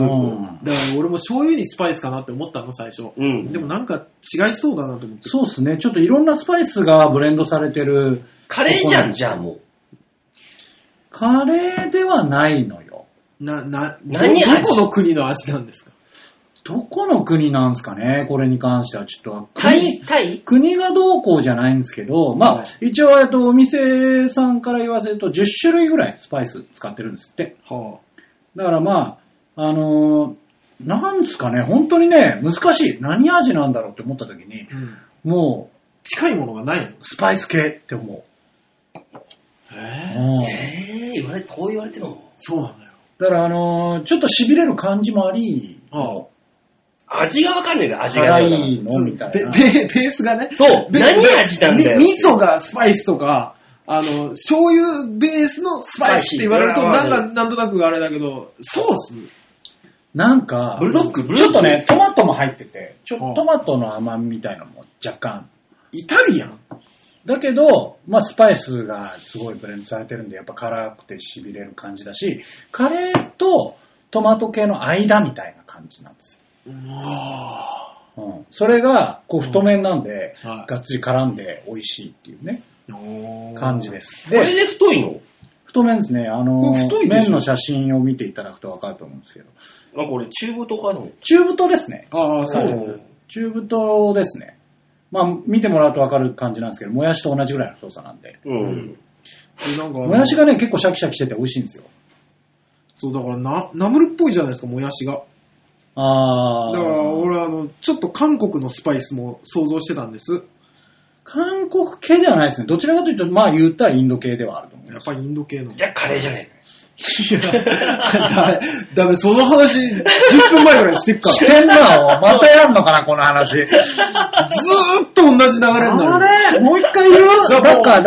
だから俺も醤油にスパイスかなって思ったの最初。うん。でもなんか違いそうだなと思って。 そうですね。ちょっといろんなスパイスがブレンドされてる。 カレーじゃん、じゃあもう。 カレーではないのよ。 な、な、 何ど、どこの国の味なんですか？ どこの国なんですかね、これに関してはちょっと。 タイタイ国がどうこうじゃないんですけど、まあ、一応、えっと、お店さんから言わせるとじゅっしゅるいぐらいスパイス使ってるんですって。はあ、だからまあ、あのー、なんですかね、本当にね、難しい。何味なんだろうって思った時に、うん、もう、 近いものがないの？ スパイス系って思う。 へぇ、えー、言われ、こう言われても。 そうなんだよ。 だからあのー、ちょっと痺れる感じもあり、 ああ、味がわかんねえんだよ、味が。 辛いのみたいな。 ベ、ベ、ベースがね。 そう。何味なんだよ。 味噌がスパイスとか、あの、醤油ベースのスパイスって言われると、なんか、なんとなくあれだけど、ソースなんか、 ブルドッグ、ブルドッグ。 ちょっとね、トマトも入ってて、ちょっとトマトの甘みみたいなのも若干。 イタリアンだけど、まあ、スパイスがすごいブレンドされてるんで、やっぱ辛くて痺れる感じだし、カレーとトマト系の間みたいな感じなんですよ。うわー、うん、それがこう太麺なんで、うん、はい、がっつり絡んで美味しいっていうね、感じです。 で、これで太いの？ 太麺ですね。あの麺の写真を見ていただくと分かると思うんですけど。 なんかこれ中太かな？ 中太ですね。 ああ、そうですね。 中太ですね。まあ見てもらうと分かる感じなんですけど、もやしと同じぐらいの太さなんで。うん。なんかもやしがね結構シャキシャキしてて美味しいんですよ。 そうだからなナムルっぽいじゃないですか、もやしが。 ああ。 だから俺あのちょっと韓国のスパイスも想像してたんです。 韓国系ではないですね。どちらかというとまあ言ったらインド系ではあると思う。 やっぱりインド系の。 じゃあカレーじゃねえか。 いや、だめ、だめ、その話、じゅっぷんまえぐらいしてっから。 してんな、またやんのかな、この話。ずーっと同じ流れになる。 あれもう一回言うだから、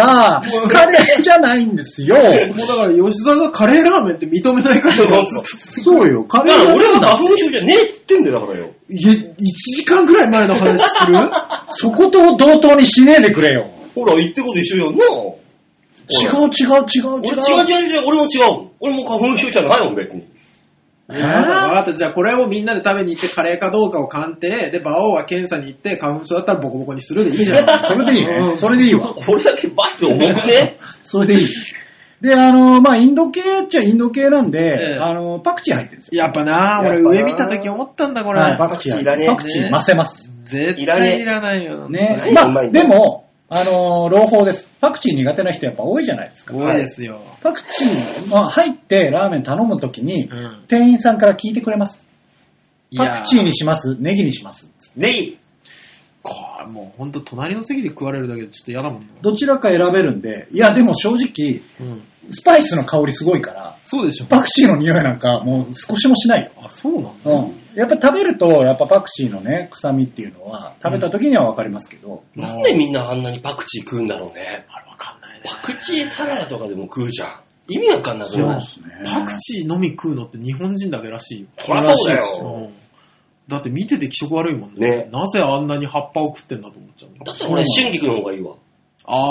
カレーじゃないんですよ。もうだから、吉沢がカレーラーメンって認めないからなんです。 そうよ、カレーラーメン。 俺は花粉症じゃねえって言ってんだよ、だからよ。 いや、いちじかんぐらい前の話するそこと同等にしねえでくれよ。 ほら、言ってこと一緒やんな。 違う違う違う違う。 俺違う違う違う、俺も違う。俺も花粉症じゃないもん、別に。 えー、分かった。じゃあこれをみんなで食べに行ってカレーかどうかを鑑定。で、馬王は検査に行って花粉症だったらボコボコにするでいいじゃん。 それでいいね。それでいいわ。 これだけバス重くね。 それでいい。で、あの、まあ、インド系っちゃインド系なんで、えー、あの、パクチー入ってるんですよ。 やっぱなぁ、俺上見た時思ったんだ、これ。 はい、パクチーいらねえ。パクチー混ぜます。 絶対いらないよ。 ね。まあ、でも、あのー、朗報です。パクチー苦手な人やっぱ多いじゃないですか。 多いですよ。 パクチー、まあ、入ってラーメン頼むときに、うん、店員さんから聞いてくれます。パクチーにします？ネギにします？ ネギ。 これもうほんと隣の席で食われるだけでちょっと嫌だもんな。 どちらか選べるんで、いやでも正直、うん、スパイスの香りすごいから、 そうでしょ。 パクチーの匂いなんかもう少しもしないよ。 あ、そうなんだ。 うん。やっぱ食べると、やっぱパクチーのね、臭みっていうのは、食べた時にはわかりますけど、 うん。なんでみんなあんなにパクチー食うんだろうね。 あれわかんないね。 パクチーサラダとかでも食うじゃん。意味わかんなくない？ そうですね。パクチーのみ食うのって日本人だけらしいよ。 そりゃそうだよ。 だって見てて気色悪いもんね。ね。なぜあんなに葉っぱを食ってんだと思っちゃうの。 だって俺春菊の方がいいわ。 ああ、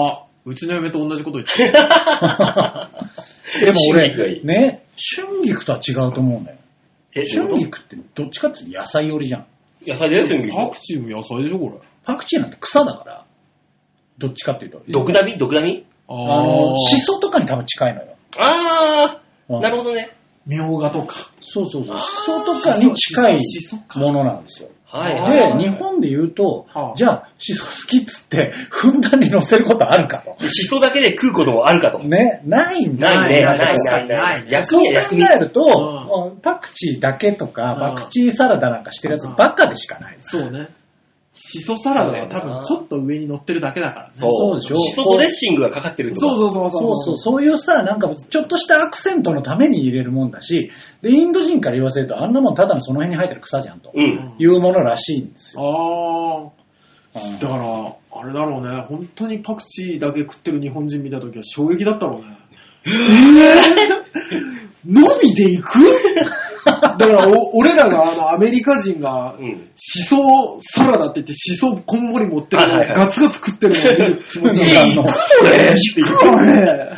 うちの嫁と同じこと言ってる。 でも俺春菊がいい、 ね、春菊とは違うと思うんだよ。 え、 春菊ってどっちかっていうと野菜寄りじゃん。 野菜だよ、春菊。 パクチーも野菜でしょ、これ。 パクチーなんて草だから、どっちかっていうと。 毒ダミ毒ダミああの、シソとかに多分近いのよ。 あうんー、なるほどね。 みょうがとか。 そうそうそう。 あーシソとかに近いシソかものなんですよ。 はいはい。 で、日本で言うとはあ、 じゃあ、シソ好きっつって、ふんだんに乗せることあるかと。 シソだけで食うこともあるかと。 ね、ないんだないね、 ないない確かにないない。 ない薬そう考味や薬味。 えると、パクチーだけとか、 うんパクチーサラダなんかしてるやつばっかでしかない。 そうね。シソサラダは多分ちょっと上に乗ってるだけだからね。 そうそうでしょシソドレッシングがかかってるとか。 そうそうそうそうそう、そういうさ、なんかちょっとしたアクセントのために入れるもんだし、で、インド人から言わせると、あんなもんただのその辺に生えてる草じゃんと、 うん。 いうものらしいんですよ。 あうんあ。だから、あれだろうね。本当にパクチーだけ食ってる日本人見たときは衝撃だったろうね。えぇ、ー、のみで行くだからお、俺らがあのアメリカ人が、 うん。 シソサラダって言ってシソこんもり持ってるのをはいはいはいガツガツ食ってるのを見る気持ちが。 あのこれ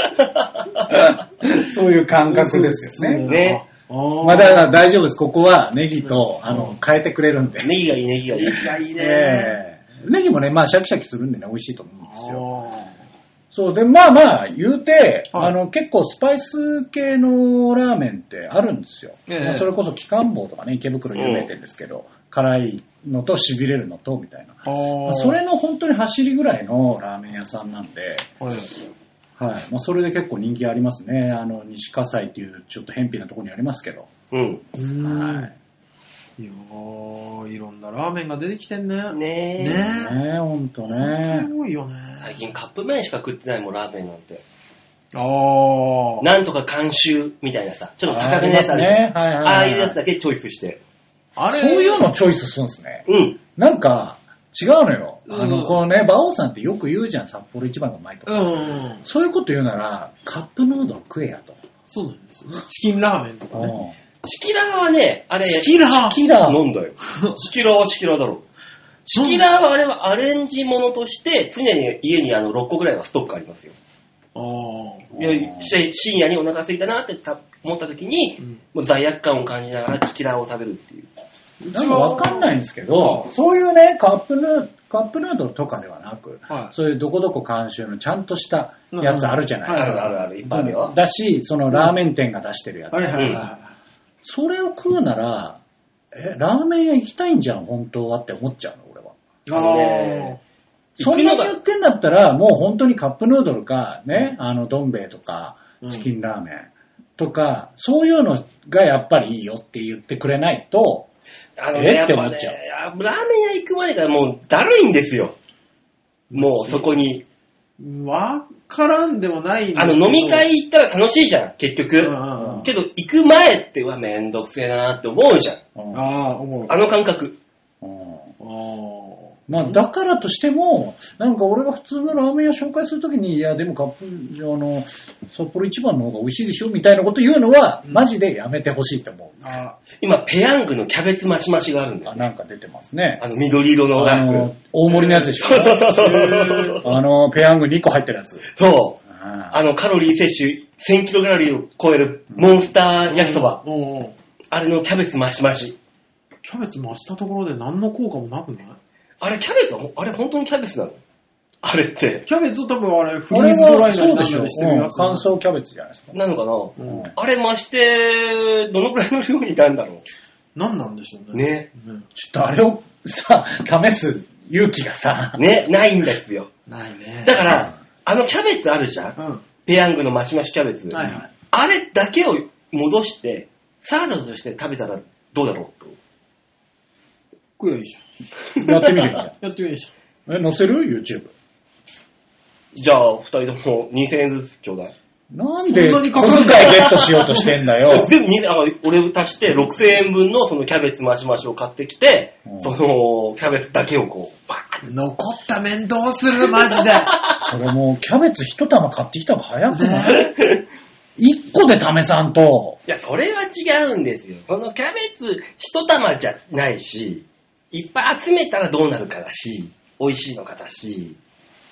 そういう感覚ですよね。 ね。 あーまあだから大丈夫です。ここはネギと、あの、変えてくれるんで。 ネギがいい、ネギがいい。 いや、いいね。 ええネギもね、まあシャキシャキするんでね、美味しいと思うんですよ。 あそう、で、まあまあ、言うて、 はいあの、結構スパイス系のラーメンってあるんですよ。 ええまあそれこそ、機関棒とかね、池袋有名店ですけど、辛いのと痺れるのと、みたいな。 ーあー。 まあそれの本当に走りぐらいのラーメン屋さんなんで、 はい。 はい。まあ、それで結構人気ありますね。あの、西葛西っていうちょっと偏僻なところにありますけど。 うん。 うーん。 はいいやー、いろんなラーメンが出てきてんね。 ねえ。 ねねえ、ほんと本当にね。 多いよね。 最近カップ麺しか食ってないもん、ラーメンなんて。 あー。 なんとか監修みたいなさ、ちょっと高めのやつあるじゃん。 ありますねはいはいはいああいうやつだけチョイスして。 あれそういうのチョイスするんですね。 うん。 なんか、違うのよ。 うんあの、このね、馬王さんってよく言うじゃん、札幌一番がうまいとか。 うん。 そういうこと言うなら、カップヌードル食えやと。 そうなんですよね。チキンラーメンとかね。 うんチキラーはね、あれ、 チキラーチキラー。 なんだよ。チキラーはチキラーだろ。チキラーはあれはアレンジものとして、常に家にあのろっこぐらいはストックありますよ。 あー。 いやし深夜にお腹空いたなってた思った時に、 うんもう罪悪感を感じながらチキラーを食べるっていう。 なんかわかんないんですけど、そういうね、カップヌー、カップヌードルとかではなく、 はいそういうどこどこ監修のちゃんとしたやつあるじゃないですか。 あるあるある、いっぱいあるよ。 だし、そのラーメン店が出してるやつ。 はいはいはそれを食うなら、え、ラーメン屋行きたいんじゃん、本当はって思っちゃうの、俺は。 い。 あのあねそんなに言ってんだったら、もう本当にカップヌードルか、ね、あの、どん兵衛とか、チキンラーメンとか、そういうのがやっぱりいいよって言ってくれないと、 あのね、 えやっぱね、 って思っちゃうラーメン屋行くまでがもうだるいんですよ。もうそこに。 ー。わからんでもないんですけどあの飲み会行ったら楽しいじゃん、結局。 うんうんうんけど行く前ってはめんどくせえなって思うじゃん。 うんああ、思う。 あの感覚。 うんあーまあ、だからとしても、なんか俺が普通のラーメン屋紹介するときに、いや、でもカップ、あの、札幌一番の方が美味しいでしょみたいなこと言うのは、マジでやめてほしいと思う。 あ今、ペヤングのキャベツマシマシがあるんだよあ、 ね。 なんか出てますね。 あの緑色のやつ。 あの、大盛りのやつでしょ。 そうそうそうそう。 あの、ペヤングにこ入ってるやつ。 そう。 ああのカロリー摂取せんキロカロリーを超えるモンスター焼きそば。 うんうん。 あれのキャベツマシマシ。 キャベツ増したところで何の効果もなくない？ あれキャベツはあれ本当にキャベツなの？あれって。 キャベツ多分あれフリあれーズドライなはそうでしょ。 りしてるうんやつ。 乾燥キャベツじゃないですか。 なのかな、 うんあれ増して、どのくらいの量になるんだろ何なんでしょうう。 ね。 ね。 ね。 ちょっとあれをさ、試す勇気がさ、 ね、ないんですよ。 ないね。 だから、あのキャベツあるじゃん、 うん。 ペヤングのマシマシキャベツ。 はいはい。 あれだけを戻して、サラダとして食べたらどうだろうと。 食えばいいじやってみるじゃん。 ゃん。やってみるじえ、載せる ?YouTube。 じゃあ、二人ともにせんえんずつちょうだい。 なんでそんなに小かかんない遣いゲットしようとしてんだよ。 全部にあ俺を足してろくせんえんぶんのそのキャベツマシマシを買ってきて、 うんそのキャベツだけをこう、バーッゃん。残った面倒する、マジで。 それもうキャベツ一玉買ってきた方が早くない一個で試さんと。 いや、それは違うんですよ。そのキャベツ一玉じゃないし、いっぱい集めたらどうなるかだし、美味しいのかだし、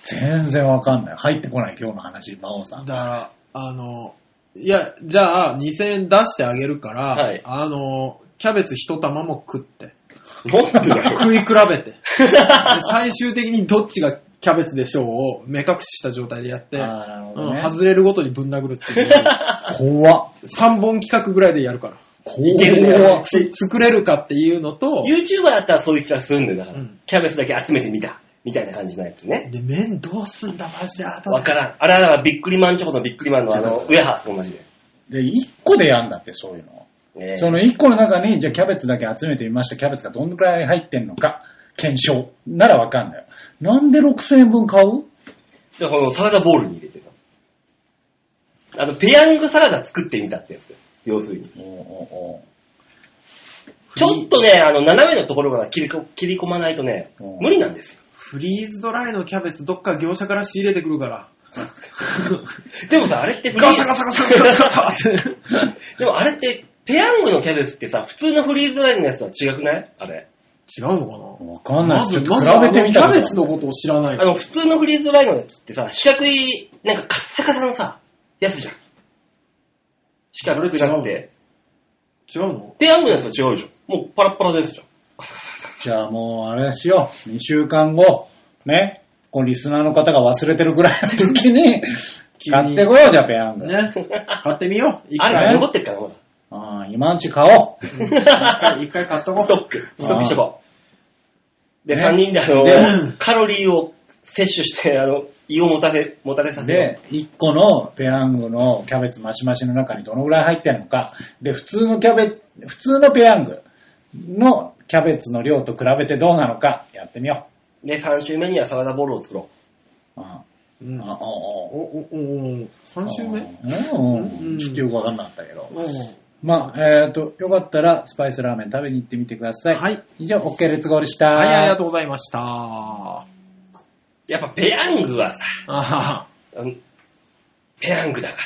全然わかんない。入ってこない、今日の話、馬王さん。 だから、あの、いや、じゃあ、にせんえん出してあげるから、 はいあの、キャベツ一玉も食って。 もっとだよ。 食い比べて。で最終的にどっちがキャベツでしょうを目隠しした状態でやって、 あーなるほどねうん外れるごとにぶん殴るっていう。 怖っ。 さんぼん企画ぐらいでやるから。 怖いけるねつ作れるかっていうのと、 YouTuber だったらそういう気がするんだよ。だから、 うんキャベツだけ集めてみた。みたいな感じのやつね。 で、麺どうすんだ、マジで。 わからん。あれはだからビックリマンチョコのビックリマンのあの、ウェハースと同じで。 で、いっこでやんだって、そういうの。 ねえそのいっこの中に、じゃあキャベツだけ集めてみました。キャベツがどんくらい入ってんのか、検証。ならわかんないよ。なんでろくせんえんぶん買う？ で、このサラダボウルに入れてさ。あの、ペヤングサラダ作ってみたってやつだよ。要するに。 おうおうおうちょっとね、あの、斜めのところから切りこ切り込まないとねうん、 無理なんですよ。 フリーズドライのキャベツどっか業者から仕入れてくるから。 でもさ、あれってフリーガサガサガサガサガサって。 でもあれって、ペヤングのキャベツってさ、普通のフリーズドライのやつとは違くないあれ。 違うのかなわかんない。 まず、 ちょっとまず比べてみたあのキャベツのことを知らないあの、普通のフリーズドライのやつってさ、四角い、なんかカッサカサのさ、やつじゃん。四角くなって。 違うのペヤングのやつは違うじゃん。もうパラッパラのやつじゃん。 じゃあもう、あれしよう。にしゅうかんご、ね。このリスナーの方が忘れてるぐらいの時に、買ってこよう、じゃあペヤング。 ね。買ってみよう。一あれ回。 残ってるから、まだ。 ああ、今んち買おう。 一回一回買っとこう。 ストック。ストックしとこう。で、 ねさんにんであので、 カロリーを摂取して、あの、胃をもたれ、もたれさせよで、いっこのペヤングのキャベツマシマシの中にどのぐらい入ってるのか。で、普通のキャベ、普通のペヤングのキャベツの量と比べてどうなのか、やってみよう。で、さん週目にはサラダボウルを作ろう。あうん。 あ、ああ、 お、お、お、さん週目うん、 ううんん。ちょっとよくわかんなかったけど。 うん。 まあ、えっと、よかったらスパイスラーメン食べに行ってみてください。 はい。 以上、OK レッツゴーでした。 はい、ありがとうございました。あやっぱペヤングはさ、 あ。 あのペヤングだから。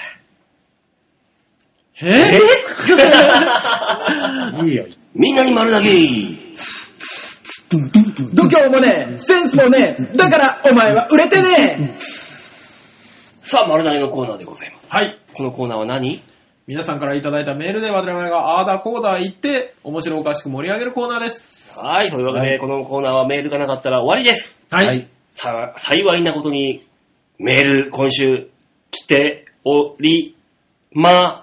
えいいよ。 みんなに丸投げ度胸もねえ、センスもねえ、だからお前は売れてねえ。 さあ、丸投げのコーナーでございます。 はい。 このコーナーは何皆さんからいただいたメールで我々があーだこーだ言って、面白おかしく盛り上げるコーナーです。 はい、というわけで、 はいこのコーナーはメールがなかったら終わりです。 はい。 はいさあ、幸いなことに、メール、今週、来ておりま、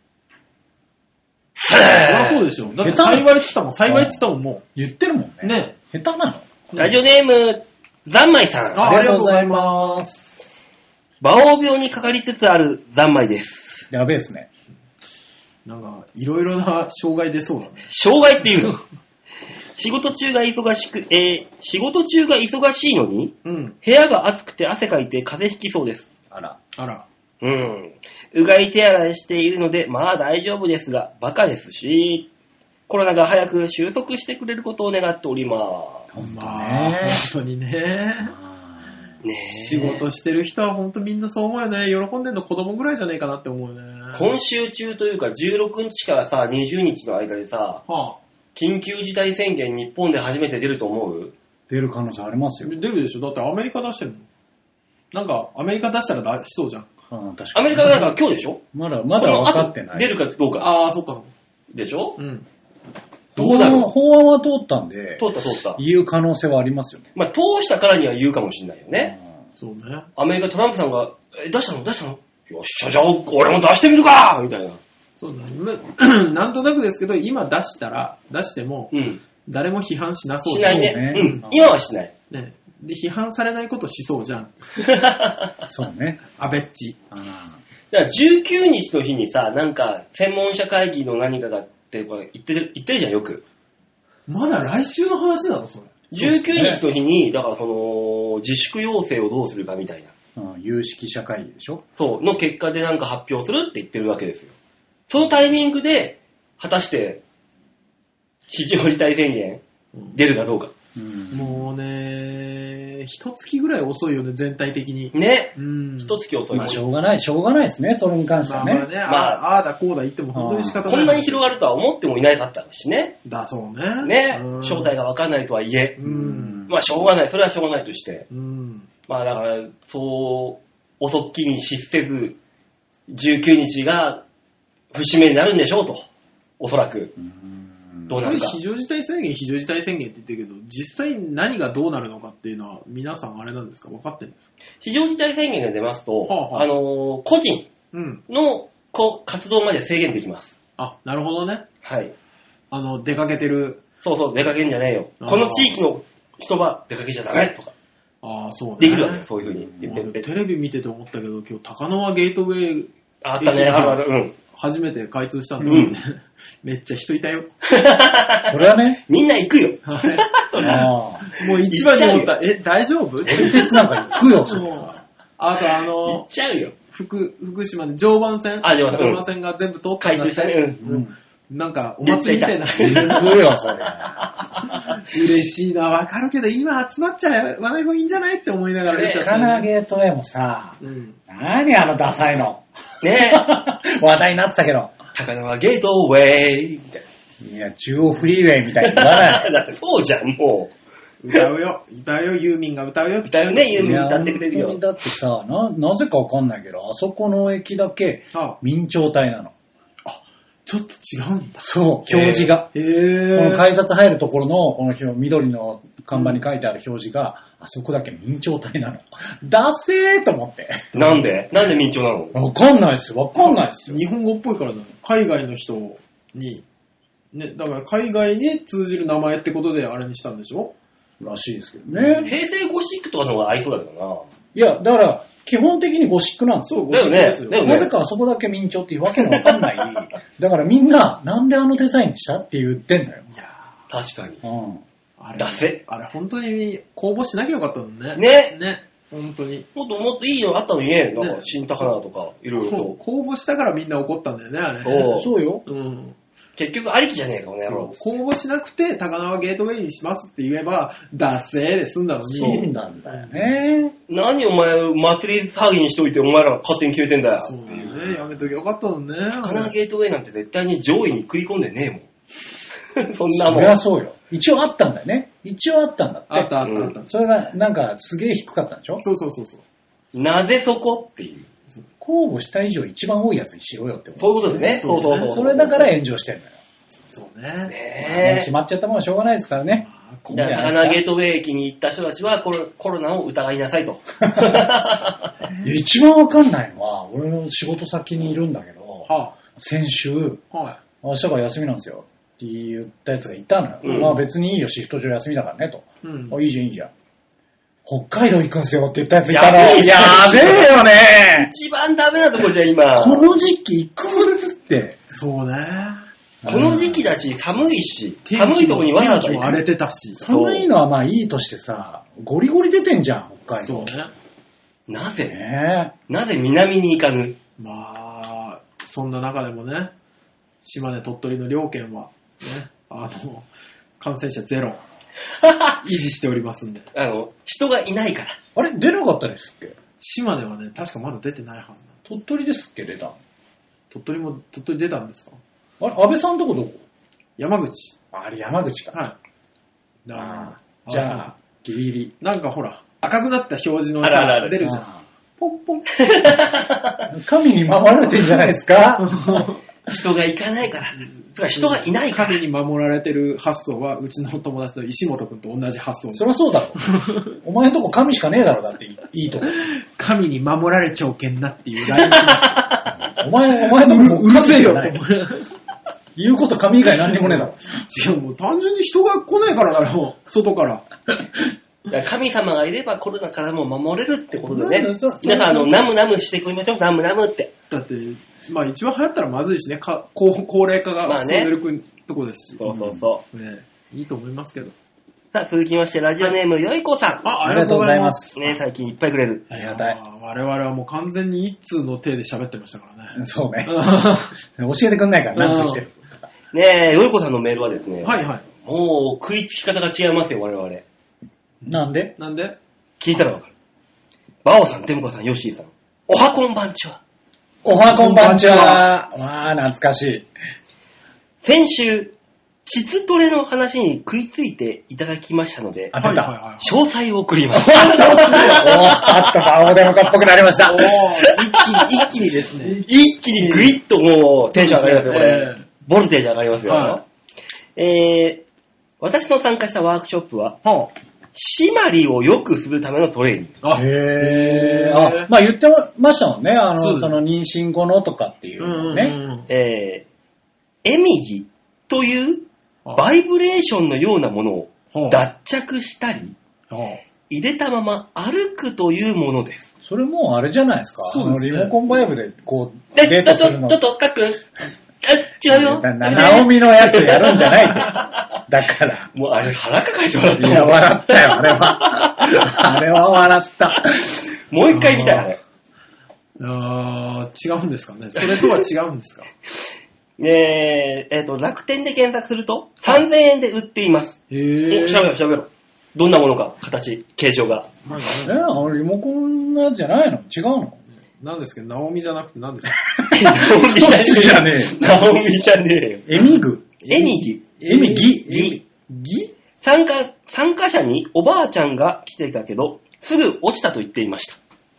すそりゃそうでしょ。だって幸いって言ったもん、幸いって言ったもん、も言ってるもんね。 ね。 下手なのラジオネーム、ざんまいさん。 あありがとうございます。 馬王病にかかりつつあるざんまいです。 やべえっすね。 う。なんか、いろいろな障害出そうだね。 障害っていうの仕事中が忙しく、えー、仕事中が忙しいのに、 うん。 部屋が暑くて汗かいて風邪ひきそうです。 あら。 あら。 うん。うがい手洗いしているので、まあ大丈夫ですが、バカですし、コロナが早く収束してくれることを願っておりまほんとまあ、 ね。 本当にね。 す。ねえ仕事してる人は本当みんなそう思うよね。喜んでんの子供ぐらいじゃねえかなって思うよね。 今週中というかじゅうろくにちからさ、にじゅうにちの間でさ、 は緊急事態宣言日本で初めて出ると思う？ 出る可能性ありますあ、 よ。 出るでしょ。だってアメリカ出してるの。なんか、アメリカ出したら出しそうじゃん。 うん、確かに。 アメリカなんか今日でしょ？ まだ、まだ分かってない。 出るかどうか。 ああ、そっか。 でしょ？ うん。 どうなる？ 法案は通ったんで、 通った通った。 言う可能性はありますよね。 まあ通したからには言うかもしれないよね。 そうね。 アメリカトランプさんが、え、出したの出したのよっしゃ、じゃあ俺も出してみるかみたいな。 そうね。むなんとなくですけど、今出したら、出しても、 うん。 誰も批判しなそうしないね。 そうねうん。今はしない。 ね。で、批判されないことしそうじゃん。 そうね。 アベッチ。 あだからじゅうくにちの日にさ、なんか専門者会議の何かがって言ってる、言ってるじゃん、よく。 まだ来週の話なのそれ。 じゅうくにちの日に、だからその、自粛要請をどうするかみたいな。 あ、うん、有識者会議でしょ。 そう、の結果でなんか発表するって言ってるわけですよ。そのタイミングで、果たして、非常事態宣言出るかどうか。 うん。 もうね、一月ぐらい遅いよね、全体的に。 ね。 うん。 一月遅いまあ、しょうがない、しょうがないですね、それに関してはね。 まあまあね、 まあああーだこうだ言っても本当に仕方ない。 こんなに広がるとは思ってもいなかったしね。 だそうね。 ね。 うん正体がわかんないとはいえ。 うん。 まあしょうがない。それはしょうがないとして。 うん。 まあだから、そう、遅きに失せず、じゅうくにちが節目になるんでしょうと。おそらく。どうなるか。 非常事態宣言、非常事態宣言って言ってるけど、実際何がどうなるのかっていうのは、皆さんあれなんですか？分かってるんですか？ 非常事態宣言が出ますと、 はあはあ、 あのー、個人のこ活動まで制限できます。 あ、なるほどね。 はい。 あの、出かけてる。 そうそう、出かけんじゃねえよ。この地域の人は出かけちゃダメとか。 ああ、そうね。 できるわけ、そういう風に。 テレビ見てて思ったけど、今日高輪ゲートウェイ、 あったね、あるある、うん。 初めて開通したんですよね。うん、めっちゃ人いたよ。 それはね。 みんな行くよ。 あもう一番に思った、え、大丈夫？ 電鉄なんか行くよ。 あとあの、 行っちゃうよ。 福、福島で常磐線。 あ、常磐線。 常磐線が全部通って開通したね。うん。 うんなんか、お祭りみたいな。 行くよ、それ。 嬉しいな、わかるけど、今集まっちゃわない方がいいんじゃないって思いながら見ちゃった、 ね。高輪ゲートウェイもさ、うん、何あのダサいの。 ね話題になってたけど。 高輪ゲートウェイみたいな。いや、中央フリーウェイみたいに言わない。 だってそうじゃん、もう。歌うよ。歌うよ、ユーミンが歌うよ。 歌うね、ユーミン歌ってくれるよ。 だってさ、な、なぜかわかんないけど、あそこの駅だけ、明朝体なの。 ちょっと違うんだ。 そう、表示が。 へー。 この改札入るところの、この緑の看板に書いてある表示が、あそこだけ明朝体なの。ダセーと思って。 なんでなんで明朝なの？ わかんないっすよ、わかんないっすよ。 日本語っぽいからだね。海外の人に、ね、だから海外に通じる名前ってことであれにしたんでしょ？ らしいですけどね。 平成ゴシックとかの方が合いそうだけどな。 いや、だから、基本的にゴシックなんですよ。 だよね。だよね。 なぜかあそこだけ明朝っていうわけのわかんない。だからみんな、なんであのデザインにしたって言ってんだよ。 いや確かに。 うん。 あれ、 出せ。 あれ本当に公募しなきゃよかったのね。 ね。 ね。本当に。 もっともっといいのあったのにね。なんか、新高輪とか、いろいろと。 公募したからみんな怒ったんだよね、あれ。 そう。 そうよ。 うん。 結局ありきじゃねえか、この野郎。 公募しなくて、高輪ゲートウェイにしますって言えば、ダッセーで済んだのに。 そうなんだよね。 何お前、祭り騒ぎにしといて、お前らが勝手に決めてんだよ。 そうだよね。やめときゃよかったのね。 高輪ゲートウェイなんて絶対に上位に食い込んでねえもん。そんなもん。 そりゃそうよ。一応あったんだよね。一応あったんだって。 あったあったあった。 それが、なんか、すげえ低かったんでしょ？ そうそうそうそう。 なぜそこっていう。 公募した以上一番多いやつにしろよって思う。 そういうことですね。そうそうそう。 それだから炎上してんだよ。 そうね。 ねえ。 決まっちゃったものはしょうがないですからね。 だから高輪ゲートウェイ駅に行った人たちはコロ、コロナを疑いなさいと。 一番わかんないのは、俺の仕事先にいるんだけど、 はあ、 先週、 はい、 明日から休みなんですよって言ったやつがいたのよ。うん、まあ別にいいよ、シフト上休みだからねと。うん、あいいじゃん、いいじゃん。北海道行くんすよって言ったやついたの。やべえよね。 一番ダメなとこじゃん、今。 この時期行くっつって。 そうね。 この時期だし、寒いし、寒いとこにわざわざ天気も荒れてたし。 寒いのはまあいいとしてさ、ゴリゴリ出てんじゃん、北海道。 そうね。 なぜ、 ね、 なぜ南に行かぬ？ まあ、そんな中でもね、島根鳥取の両県は、ね、あの、感染者ゼロ。維持しておりますんで。 あの、人がいないから。 あれ出なかったですっけ？ 島根はね、確かまだ出てないはずなの。 鳥取ですっけ、出た。 鳥取も、鳥取出たんですか？ あれ、安倍さんとこどこ？ 山口。 あれ、山口か。 はい。 だじゃあ、ギリギリ。 なんかほら、赤くなった表示のさ、あるある出るじゃん。ポンポン。 神に守られてんじゃないですか？ 人が行かないから。とか人がいないから。 神に守られてる発想は、うちの友達と石本くんと同じ発想。 そりゃそうだろ。お前んとこ神しかねえだろ、だっていいとこ。 神に守られちゃおけんなっていうライン来ました。 お前、お前のもうるせえよ。言うこと神以外何にもねえだろ。 違う、もう単純に人が来ないからだよ、外から。 神様がいればコロナからも守れるってことでね。皆さん、あの、ナムナムしていきましょう、ナムナムって。 だって、まあ一番流行ったらまずいしね、か高, 高齢化が進んでる、まあね、とこですし。 そうそうそう、 ね。いいと思いますけど。 さあ、続きまして、ラジオネーム、よいこさん。 あ、ありがとうございます。 ね、最近いっぱいくれる。 ありがたい。 我々はもう完全に一通の手で喋ってましたからね。 そうね。教えてくんないから、何通来てる。 ねえ、よいこさんのメールはですね。 はいはい。 もう、食いつき方が違いますよ、我々。 なんでなんで聞いたらわかる。バオさん、テムコさん、ヨッシーさん。おはこんばんちは。 おはこんばんちは。わー、懐かしい。 先週、 膣トレの話に食いついていただきましたので、 あ、出た。 はいはいはい詳細を送ります。 おー、あった、バオデモカっぽくなりました。 おー、一気に、一気にですね。 一気にグイッともうテンション上がりますよ、これ。 えーボルテージ上がりますよ。 はえー、私の参加したワークショップは、 は締まりを良くするためのトレーニング。 あ、 へー。あ、まあ言ってましたもんね。あの、 そうですその妊娠後のとかっていうのね。 ね。 えー、エミギというあバイブレーションのようなものをはあ脱着したり、 は入れたまま歩くというものです。 それもうあれじゃないですか。 そうですねあのリモコンバイブでこう、 で、 デーちょっと、 トするの。 ちょっと、たっくん。あ、違うよ。 な、な、ナオミのやつやるんじゃないって。だから。 もうあれ腹抱えて笑ったもん。 いや、笑ったよ、あれは。あれは笑った。 もう一回見たい、あれ。 あー、違うんですかね。それとは違うんですか。 えー、えっと、楽天で検索すると、さんぜんえんで売っています。 へー。 お調べろ、調べろ。どんなものか、形、形状が。 なんかえ、あのリモコンのやつじゃないの？違うの？ なんですけど、ナオミじゃなくて何ですか？ ナオミじゃねそっちじゃねえ。ナオミじゃねえよ。 エミグ。 エミギ。 エミギ。 ギ。 ギ参加、参加者におばあちゃんが来てたけど、すぐ落ちたと言っていました。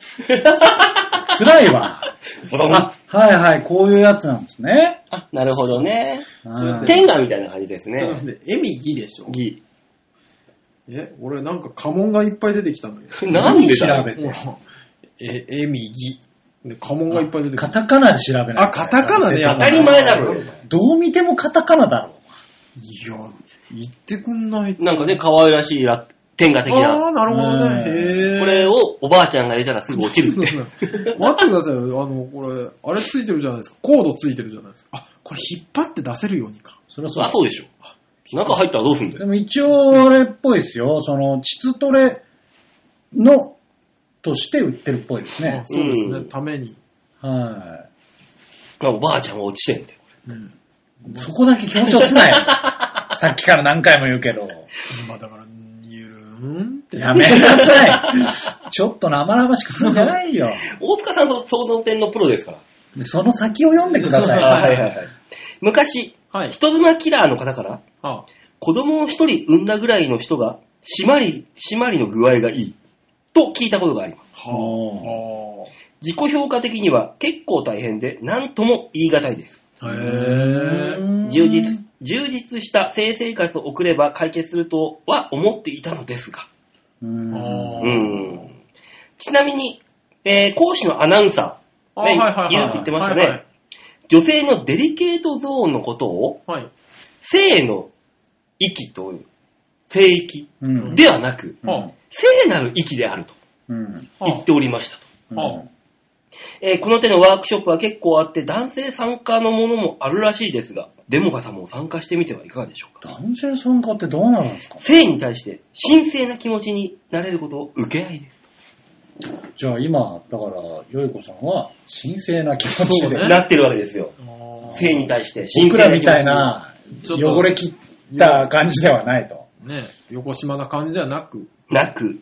辛いわ。 ボタンあ、はいはい、こういうやつなんですね。 あ、なるほどね。 うん天下みたいな感じですちょっと待ね。 ってエミギでしょ。 ギ。 え、俺なんか家紋がいっぱい出てきたんだけど。 なんでだよ。 調べて。 え、エミギ。で、家紋がいっぱい出てきた。 カタカナで調べない。 あカタカナでやる当たり前だろ。 どう見てもカタカナだろ。 いや、言ってくんないと。 なんかね、可愛らしいラ天下的あな。 ー、なるほどね。 うんへー。 これをおばあちゃんが入れたらすぐ落ちるって。 待ってくださいよ。あの、これ、あれついてるじゃないですか。コードついてるじゃないですか。あ、これ引っ張って出せるようにか。 そりゃそうあ、そうでしょ。中入ったらどうすんだよ。 でも一応あれっぽいですよ。その、膣トレの、として売ってるっぽいですねあ。そうですね。 うんために。 はまあおばあちゃんは落ちてんだよ。 うん。 い。そこだけ強調すなよ。さっきから何回も言うけど。 まあだから、ゆるーんって。 やめなさい。ちょっと生々しくするんじゃないよ。 大塚さんの総合点のプロですから。 でその先を読んでください。 あはいはいはい。昔、 はい。 人妻キラーの方から、 あ、 子供を一人産んだぐらいの人が、締まり、締まりの具合がいい。と聞いたことがあります。 はあ。 自己評価的には結構大変で、何とも言い難いです。 へー。 充実、充実した性生活を送れば解決するとは思っていたのですが。 うーん。 あーうんちなみに、えー講師のアナウンサー、 あねはいはいはい言う言ってましたね、 はいはい女性のデリケートゾーンのことを、 はい。 性の域と性域うん。 ではなく、 は聖なる域であるとうん。 言っておりましたと。 うんはえーこの手のワークショップは結構あって男性参加のものもあるらしいですが、デモカさんも参加してみてはいかがでしょうか。 男性参加ってどうなるんですか？ 性に対して神聖な気持ちになれることを受け合いですじゃあ今、だから、よいこさんは神聖な気持ちで、 そうねと。なってるわけですよ。 あー性に対して神僕聖な気持ちにらみたいなちょっと汚れ切った感じではないと。 ね、横島な感じではなく、 なく、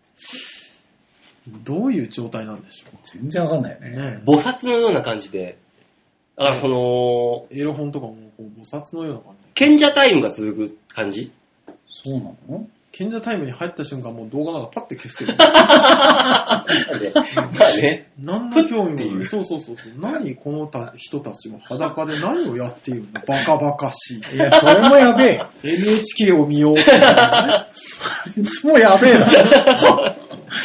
どういう状態なんでしょ全然わかんないよう。 ね。 ね。 菩薩のような感じで、だからその、 エロ本とかもこう菩薩のような感じ。 賢者タイムが続く感じそうなの？ 賢者タイムに入った瞬間もう動画なんかパッて消すけど。 まあね。 何の興味ふっていうもない。そうそうそうそう。何このた人たちも裸で何をやっているのバカバカしい。 いや、それもやべえよ。 エヌエイチケー を見ようって、 いつもやべえだ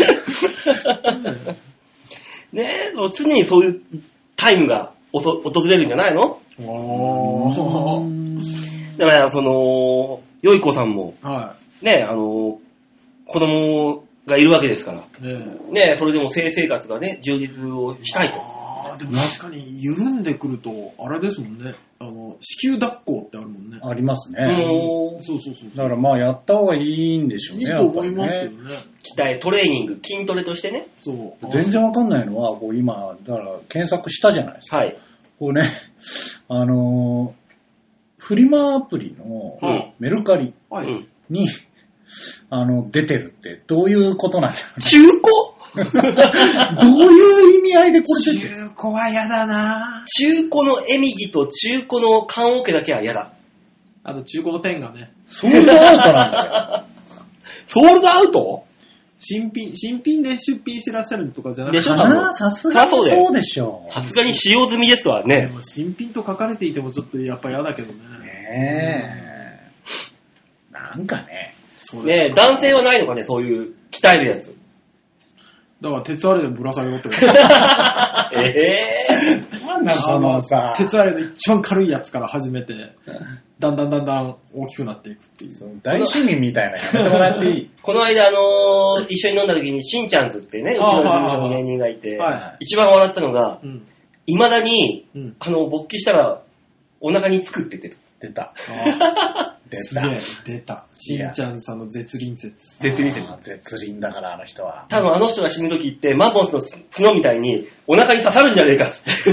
ねえ、常にそういうタイムがおそ訪れるんじゃないの？ ろ。 だから、その、よいこさんも、 はね、あの、子供がいるわけですから、 い。ねえ。 ね、それでも性生活がね、充実をしたいと。 あーでも確かに緩んでくると、あれですもんね。あの、子宮抱っこってあるもんね。 ありますね。 もう、 そうそうそう。 だからまあやった方がいいんでしょうね。 いいと思いますけやっぱどね。 鍛え、トレーニング、筋トレとしてね。 そう。 りね全然わかんないのは、こう今、だから検索したじゃないですか。 はい。 こうね、あのーフリマアプリのうんメルカリはい。 うん。 に、あの、出てるってどういうことなんだろ中古うね。どういう意味合いでこれ出てる？ 中古は嫌だな中古のエミギと中古の棺桶だけは嫌だ。 あと中古のペンがね。 ソールドアウトなんだよ。 ソールドアウト新品、新品で出品してらっしゃるとかじゃなくて。 でしょかなさすがにそうでしょう。 さすがに使用済みですわね。 でも新品と書かれていてもちょっとやっぱ嫌だけどね。 ねえ。なんかね。 そうですねえ、男性はないのかね、そういう鍛えるやつ。 だから鉄アレイでぶら下げろって。 ええー。 なんだそのさ。 鉄アレイの一番軽いやつから始めて、だんだんだんだん大きくなっていくっていう。 大市民みたいなやめてもらっていい？ この間、あのー、一緒に飲んだ時に、しんちゃんズっていうね、うちの事務所の芸人がいて、 はい一番笑ったのが、 うん。 未だに、 うん。 あの、勃起したら、お腹につくって言ってた。 出た。 あ出た。 すげえ、出た。しんちゃんさんの絶倫説。 絶倫説。 あー絶倫だからあの人は。 多分あの人が死ぬ時って、マンモスの角みたいに、お腹に刺さるんじゃねえかっつって。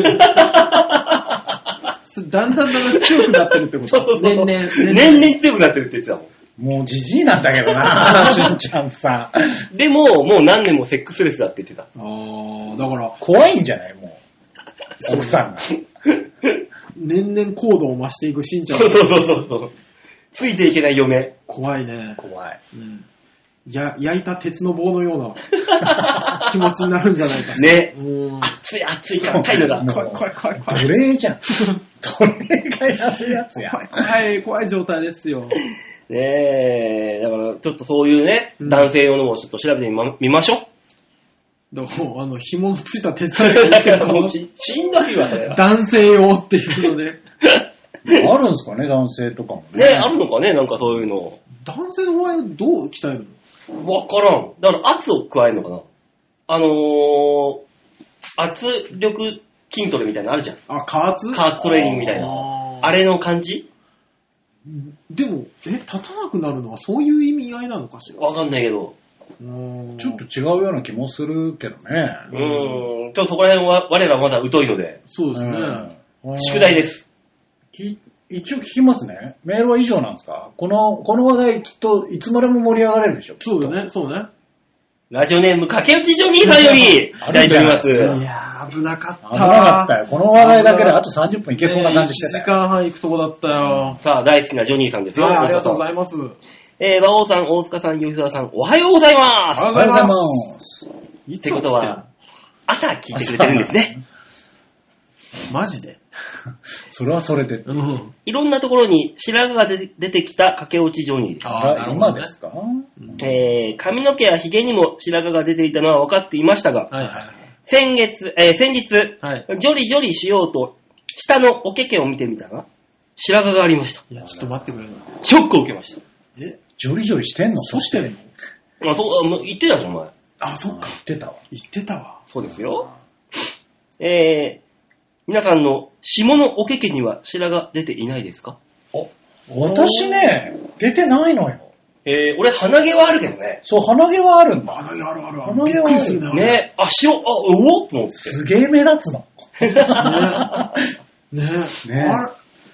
だんだんだんだん強くなってるってこと年々。 年々強くなってるって言ってたもん。 もうじじいなんだけどな、しんちゃんさん。 でも、もう何年もセックスレスだって言ってた。 ああ、だから、 怖いんじゃないもう。奥さんが。 年々高度を増していくしんちゃんそうそうそうそう。ついていけない嫁。 怖いね。 怖い。 うんや、焼いた鉄の棒のような気持ちになるんじゃないかしら。 ね。 うん。 熱い熱い硬いのだ。 もう怖い怖い怖い怖い。 奴隷じゃん。奴隷がやるやつや。 怖い怖い怖い状態ですよ。 ねえ、だからちょっとそういうね、 うん男性用のもちょっと調べてみまみましょだからもう、あの、紐のついた鉄アレイがいいけどう。ししんどいわ、それは。 男性用っていうので。 あるんですかね、男性とかもね。 ね、あるのかね、なんかそういうの。 男性の場合はどう鍛えるの？ わからん。だから圧を加えるのかな。あのー、圧力筋トレみたいなのあるじゃん。 あ、加圧？ 加圧トレーニングみたいな。 あーあれの感じでも、え、立たなくなるのはそういう意味合いなのかしら？ わかんないけど。 うんちょっと違うような気もするけどね。 うーん。ちょっとそこら辺は我らまだ疎いので、 そうですね。 うん宿題です。 き一応聞きますね。メールは以上なんですか？この、この話題きっといつまでも盛り上がれるでしょ。 そうだね、そうね。 ラジオネーム、駆け落ちジョニーさんより、いただいております。 いやー、危なかった。 危なかったよ。この話題だけであとさんじゅっぷんいけそうな感じして 1 たよ。 時間半行くとこだったよ。 さあ、大好きなジョニーさんですよ。 はい、ありがとうごいざいます。 ます。えー、馬王さん、大塚さん、吉沢さん、おはようございます。 あおはようございます。 いってことは、朝聞いてくれてるんですね。 マジで？ それはそれで。 うん。 いろんなところに白髪が出て出てきた駆け落ちジョニーです。 あ今ですか？ えー、髪の毛や髭にも白髪が出ていたのは分かっていましたが、 はいはい先月、えー、先日、 はい。 ジョリジョリしようと、下のおけけを見てみたが、白髪がありました。 いや、ちょっと待ってくれよ。 ショックを受けました。 え、 ジョリジョリしてんの？ そうしてんの？ あ、そう、あもう言ってたじゃん、お前。 あ、そっか。 言ってたわ。 言ってたわ。 そうですよ。えー、皆さんの下のおけけには白髪出ていないですか？ 私ね、出てないのよ。 えー、俺鼻毛はあるけどね。 そう、鼻毛はあるんだ。 あるあるあるある。 鼻毛はあるびっくりするね。 ね、あ、白、あ、うおっと思って。 すげえ目立つの。 ねえ。 ねえあれ、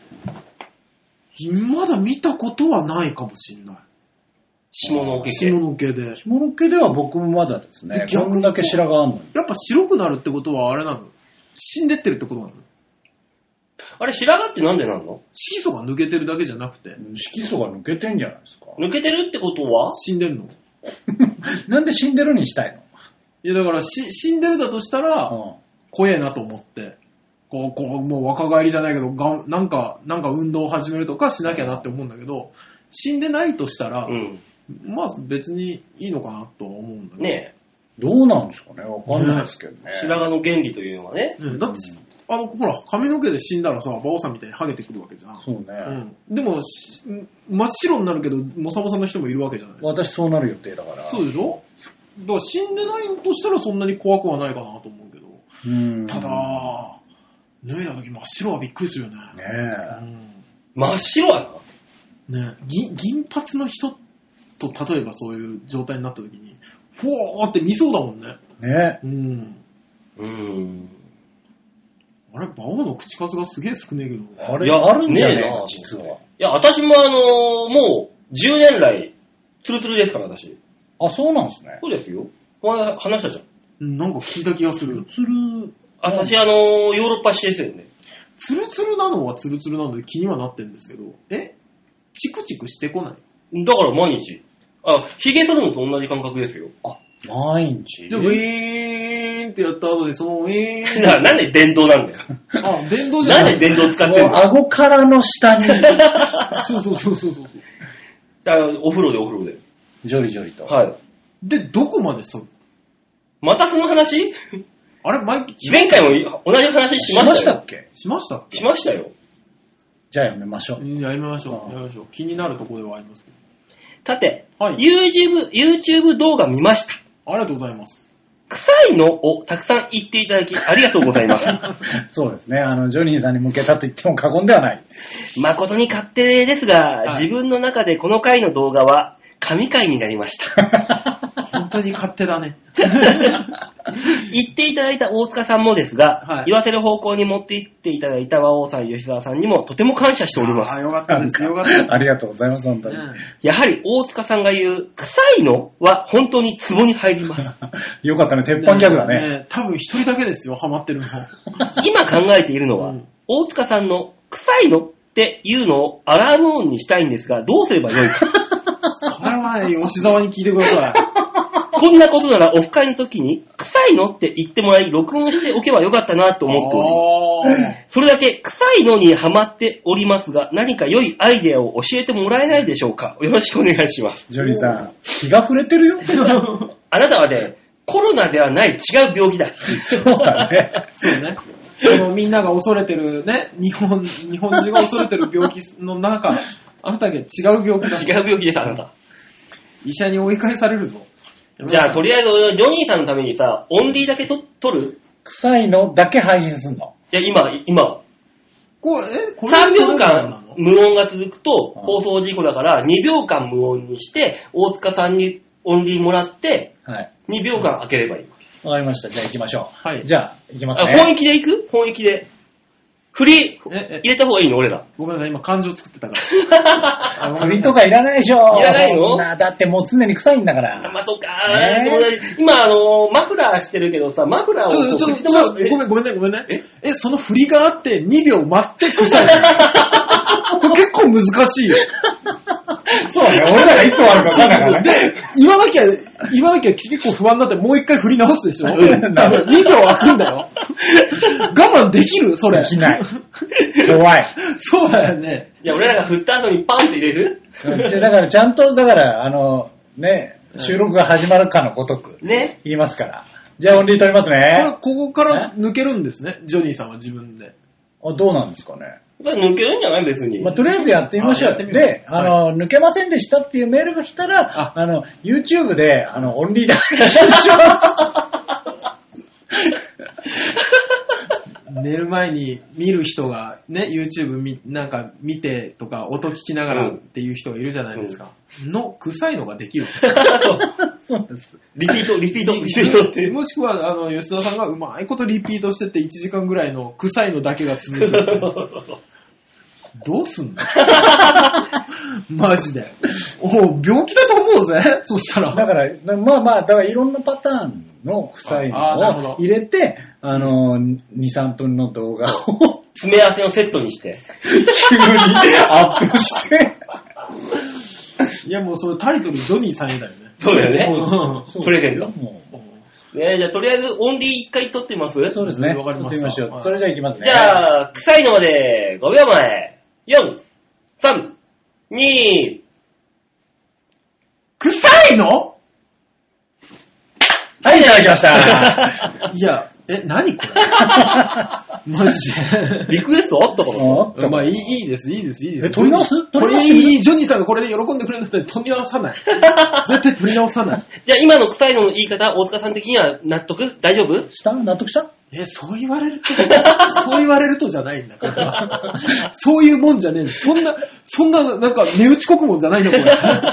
まだ見たことはないかもしんない。 下のおけけ。 下の毛で。 下の毛では僕もまだですね。 で逆にこんだけ白髪あんのに。 やっぱ白くなるってことはあれなの？死んでってるってことなの？ あれ、白髪ってなんでなんの？ 色素が抜けてるだけじゃなくて、 色素が抜けてんじゃないですか。 抜けてるってことは死んでるの？ なんで死んでるにしたいいやだからし死んでるだとしたら、 の？ 怖えなと思って、こう、こう、もう若返りじゃないけど、がんなんか、なんか運動を始めるとかしなきゃなって思うんだけど、死んでないとしたら、 うん。 まあ別にいいのかなとは思うんだけど。 ねうん。どうなんですかね、わかんないですけどね。 え、白髪の原理というのはね。 ねだって、あの、ほら、髪の毛で死んだらさ、馬王さんみたいにハゲてくるわけじゃん。 そうね。 うん。でも、し真っ白になるけど、モサモサの人もいるわけじゃないですか。 私そうなる予定だから。 そうでしょ？だから死んでないとしたらそんなに怖くはないかなと思うけど。 うん。 ただ、脱いだ時真っ白はびっくりするよね。 ねうえ。 ん真っ白やな。 ね、銀銀髪の人と例えばそういう状態になった時に、フォーって見そうだもんね。 ねうん。 うん。 あれ、馬王の口数がすげえ少ねえけど。 あれ、 いやあるんじゃねねえなえ実は。 いや、私もあのーもう、じゅうねん来、ツルツルですから、私。 あ、そうなんですね。 そうですよ。前話したじゃん。 うんなんか聞いた気がする。 つる、 私、あのーヨーロッパ指定ですよね。 ツルツルなのはツルツルなので気にはなってるんですけど、えチクチクしてこない？ だから毎日。あ、髭剃るのと同じ感覚ですよ。 あ、毎日で、ウィーンってやった後で、そのウィーン。 ななんで電動なんだよ。 あ、電動じゃない。 なんで電動使ってんの？ 顎からの下に。 そうそうそうそうそう。 あお風呂でお風呂で。 ジョリジョリと。 はい。 で、どこまで剃る？ またその話？ あれ、前、 前回も同じ話しましたよ。 しましたっけ？ しましたっけ？ しましたよ。 じゃあやめましょう。 うんやめましょう。やめましょう。気になるところではありますけど。 さて、 はい YouTube、YouTube 動画見ました。 ありがとうございます。 臭いのをたくさん言っていただきありがとうございます。 そうですね。あの、ジョニーさんに向けたと言っても過言ではない。 誠に勝手ですが、 はい自分の中でこの回の動画は神回になりました。 本当に勝手だね。 言っていただいた大塚さんもですが、 はい言わせる方向に持っていっていただいた和王さん、吉沢さんにもとても感謝しておりまあ、 す。 よかったです。よかったです。 ありがとうございます、本当に。 うんやはり大塚さんが言う、臭いのは本当にツボに入ります。 よかったね、鉄板ギャグだね。 多分一人だけですよ、ハマってるの。 今考えているのは、 うん大塚さんの臭いのっていうのをアラーム音にしたいんですが、どうすればよいか。 それはね、吉沢に聞いてください。 こんなことならオフ会の時に、臭いのって言ってもらい、録音しておけばよかったなと思っております。それだけ臭いのにハマっておりますが、何か良いアイデアを教えてもらえないでしょうか。よろしくお願いします。 ジョニーさん、気が触れてるよ。 あなたはね、コロナではない違う病気だ。 そうだね。 そうね。このみんなが恐れてるね、日本、日本中が恐れてる病気の中、あなただけ違う病気だ。 違う病気です、あなた。 医者に追い返されるぞ。 じゃあ、とりあえず、ジョニーさんのためにさ、オンリーだけと撮る？ 臭いのだけ配信すんの。 いや、今、今。 こうえこれさんびょうかんなの無音が続くとうん放送事故だからにびょうかん無音にして大塚さんにオンリーもらってはい。 にびょうかん開ければいい。 わかりました。じゃあ行きましょう。 はいじゃあ、行きますあ、 ね。 本域で行く本域で。振り、 ええ入れた方がいいの俺ら。 ごめんなさい、今感情作ってたから。あごめんなさい振りとかいらないでしょ。 いらないのそんなだってもう常に臭いんだかあら。 まあ、そっか、 ねえでもね今、あのーマフラーしてるけどさ、マフラーをちょ、ちょ、 こうちょ、ごめん、ごめんね、ごめんね。 ええ、その振りがあってにびょう待って臭い。これ結構難しいよ。 そうね。俺らがいつ終わるか分かんないからね。 で、言わなきゃ、言わなきゃ結構不安になってもう一回振り直すでしょ。 ん多分にびょう空くんだよ。我慢できるそれ。 できない。怖い。 そうだよね。 じゃあ俺らが振った後にパンって入れるじゃあだからちゃんと、だから、あの、ね、収録が始まるかのごとくね。 言いますから。じゃあオンリー取りますこれ、 ね。 ここから抜けるんですね。ジョニーさんは自分で。 あ、どうなんですかね。 それ抜けるんじゃない別に。 まあ、とりあえずやってみましょう。 あやってみるで、あの、抜けませんでしたっていうメールが来たら、 ああの、YouTube で、あの、オンリーで配信し寝る前に見る人がね、YouTube みなんか見てとか音聞きながらっていう人がいるじゃないですか。の、臭いのができる。 ます。そうです。 リピート、リピート、リピートって。 もしくは、あの、吉田さんがうまいことリピートしてっていちじかんぐらいの臭いのだけが続く。どうすんのマジで。お病気だと思うぜ。そしたら。 だから、まあまあ、だからいろんなパターンの臭いああなるほどのを入れて、あの、に、さんぷんの動画を詰め合わせのセットにして。 急にアップして、 いやもうそれタイトルジョニーさんへだよね。 そうだよね。 うんプレゼント。 もねじゃあとりあえずオンリー一回撮ってみますうそうですね。 わかりましたやってみましょう。 はいそれじゃあいきますね。 じゃあ、臭いのまでごびょうまえ。よん、さん、に、 臭いのはい、いただきました。 いや、え、何これマジで。 リクエストあったかなおっとまあいい、いいです、いいです、いいです。 え撮り直すこ撮り直すれいい、ジョニーさんがこれで喜んでくれるんだったら撮り直さない。絶対撮り直さない。 じゃあ今の臭いのの言い方、大塚さん的には納得大丈夫した納得したえ、そう言われると、そう言われるとじゃないんだから。そういうもんじゃねえんだ。そんな、そんな、なんか、値打ち国もんじゃないの、これ。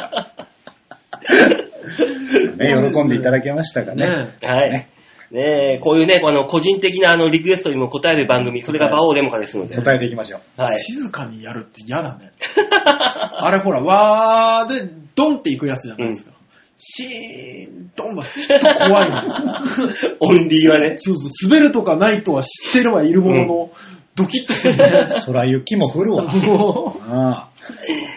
ね、喜んでいただけましたかね。 ねはい。ねえ、こういうね、あの、個人的なあの、リクエストにも答える番組、それが馬王デモカですので。 答えていきましょう。 はい。 静かにやるって嫌だね。あれほら、わーで、ドンっていくやつじゃないですか。シーン、ドンはちょっと怖いの。 オンリーはね。 そうそう、滑るとかないとは知ってるはいるものの、ドキッとするね。 空雪も降るわ。 もあ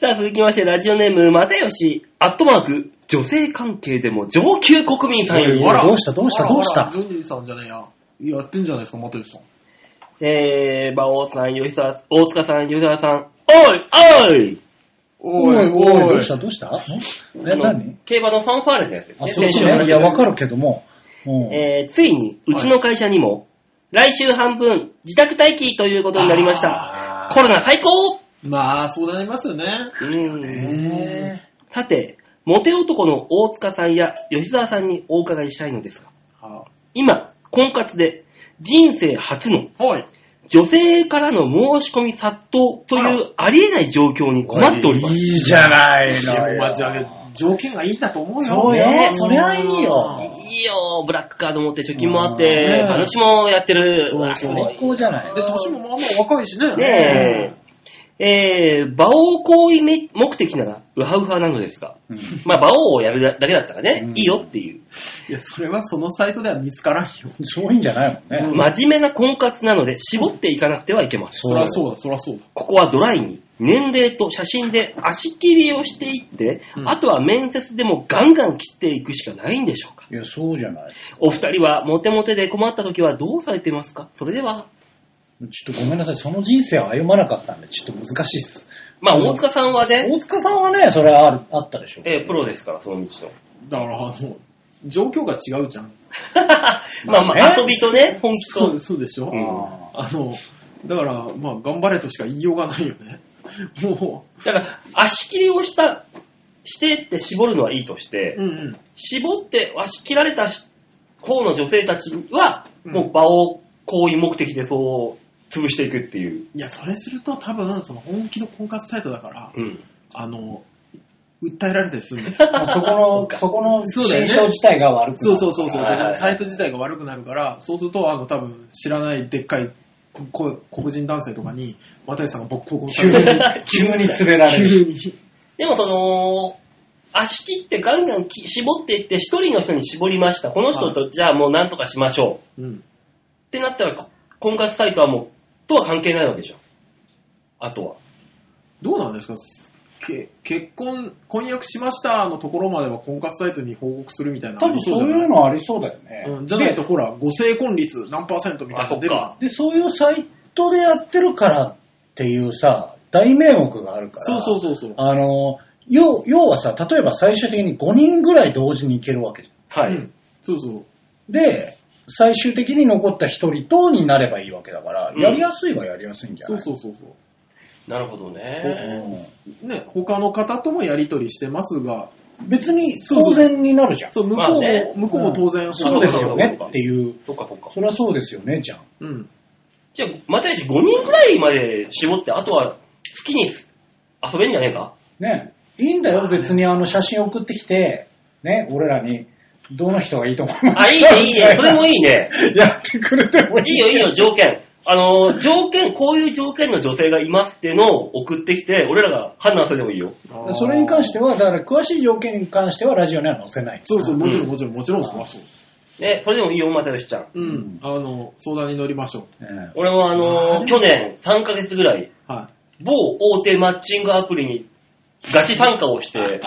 さあ続きまして、ラジオネーム、またよし、アットマーク、女性関係でも上級国民さんより。 あらどうしたどうしたどうしたジョニーさんじゃねえや。やってんじゃないですか、又吉さん。 えー、馬王さん、吉沢、大塚さん、吉沢さん、おいおいおいおい、どうしたどうしたえ、 あの何競馬のファンファーレのやつですあ、 ね。 そう先週ね。いや、わかるけども。うんえー、ついに、うちの会社にも、来週半分、自宅待機ということになりました。コロナ最高まあ、そうなりますよね。 うんへさて、モテ男の大塚さんや吉沢さんにお伺いしたいのですが、 は今、婚活で人生初のあ、はい。 女性からの申し込み殺到というありえない状況に困っております。 いいじゃないでも、 のよ。 まあ、じゃあ、条件がいいんだと思うよ。 そうよね。 そりゃいいよ。 いいよ、ブラックカード持って貯金もあっうんて、 ね話もやってる。 そうそう最高じゃない。 で、年もまあまあ若いしね。 ねえ、えー、馬王行為目的ならウハウハなのですが、 うんまあ馬王をやるだけだったらね、 うんいいよっていう。 いや、それはそのサイトでは見つからんよ。 そういうんじゃないもんね。 真面目な婚活なので絞っていかなくてはいけません。 そりゃそうだ、そりゃそうだ。 ここはドライに年齢と写真で足切りをしていって、 うんあとは面接でもガンガン切っていくしかないんでしょうか。 いや、そうじゃない。 お二人はモテモテで困った時はどうされてますか？それでは、 ちょっとごめんなさい。その人生を歩まなかったんで、ちょっと難しいっす。 まあ大塚さんはね、 大塚さんはね、それはあるあったでしょ。 えープロですから、その道の。 だから、あの、状況が違うじゃん。 まあまあ、遊びとね、本気とそう。そうでしょ、 うんあの、だから、まあ、頑張れとしか言いようがないよね。もだから、足切りをした、してって絞るのはいいとして、 う、うんうん。 絞って足切られた方の女性たちは、 うんもう場を行為目的でそう潰していくっていう。 いや、それすると多分、その本気の婚活サイトだから、 うん。 あの、訴えられたりするんだよ。 まあそこの、そこのそうだよね心象自体が悪くなる。 そうそうそうそう、 はいはいはいサイト自体が悪くなるから、そうすると、あの、多分、知らないでっかいこ黒人男性とかに、又吉さんがボッコボコにさ急にれて、 急に連れられる。 急に。 でもその、足切ってガンガンき絞っていって、一人の人に絞りました。この人とじゃあもう何とかしましょう。 うん。 ってなったら、こ婚活サイトはもう、とは関係ないわけでしょ。あとは。 どうなんですかけ結婚、婚約しましたのところまでは婚活サイトに報告するみたいなの多分そういうのありそうだよね。 うん、じゃないとでほら、ご成婚率何パーセントみたいなの出るあそっかで、そういうサイトでやってるからっていうさ、大名目があるから。 そうそうそうそう。 あの、要要はさ、例えば最終的にごにんぐらい同時に行けるわけじはい。 うん、そうそう。 ゃん。で、最終的に残った一人とになればいいわけだから、 うんやりやすいはやりやすいんじゃそうないそうそうそう。 なるほどね。 ね、他の方ともやり取りしてますが、 うん別に当然になるじゃん。 そう、向こうも、 まあね向こうも当然、 そうですよねっていう。 そっかそっか。 そりゃそうですよね、じゃん。 うん。 じゃあ、またやしごにんぐらいまで絞って、あとは好きに遊べんじゃねえか？ ね。いいんだよ、別にあの写真送ってきて、ね、俺らに、どの人がいいと思いますかあ、いいね、いいね。それもいいね。 やってくれてもいい。 いいよ、いいよ、条件。あの、条件、こういう条件の女性がいますっていうのを送ってきて、俺らが判断するでもいいよ。 それに関しては、だから詳しい条件に関してはラジオには載せない。 そうそう、もちろんうんもちろん、もちろん、そりゃそうです。 ね、それでもいいよ、またよしちゃん。 うん。あの、相談に乗りましょう。 ええ俺もあのー去年さんかげつぐらい、 は某大手マッチングアプリにガチ参加をして、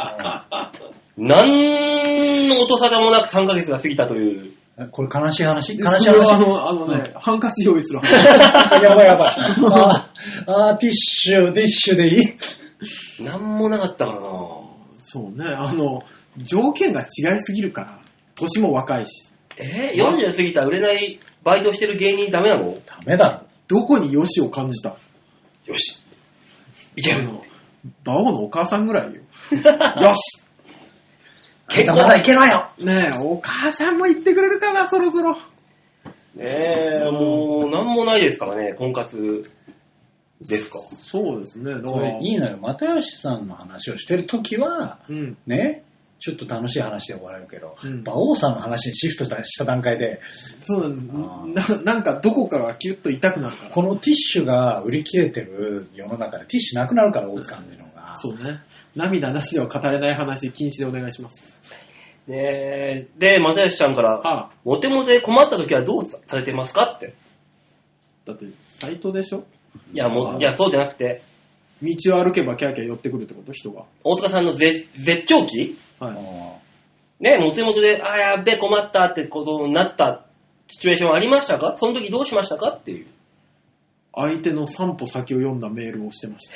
なんの音沙汰もなくさんかげつが過ぎたという。 これ悲しい話い。 悲しいそれはあ話。 の、あのね、ハンカチ用意する話。 やばいやばい。あーあー、ティッシュ、ティッシュでいいなんもなかったからな。 そうね、あの、条件が違いすぎるから、年も若いし、 えー、よんじゅう過ぎた売れないバイトしてる芸人ダメなの？ ダメだろ。 どこに良しを感じた？ よし。いける。 あの、馬王のお母さんぐらいよ。よし結構まだいけないよ。 ねえ、お母さんも言ってくれるかな、そろそろ。 ねえ、もう、なんもないですからね、婚活ですか。 そうですね、だかこら。 れいいのよ。又吉さんの話をしてるときは、 うん。 ね、ちょっと楽しい話で終われるけど、 うん馬王さんの話にシフトした段階で、 そうあーな、なんかどこかがキュッと痛くなるから。 このティッシュが売り切れてる世の中でティッシュなくなるから大塚ののが。 そうね。涙なしでは語れない話、禁止でお願いします。 ねえ、で、又吉ちゃんから、 ああ、 モテモテ困った時はどうされてますかって。 だって、サイトでしょ？ いや、もあう、いや、そうじゃなくて、 道を歩けばキャーキャー寄ってくるってこと人が。 大塚さんの絶絶頂期はい。 ね、モテモテで、あ、やべえ困ったってことになったシチュエーションありましたか？その時どうしましたかっていう。 相手の三歩先を読んだメールをしてました。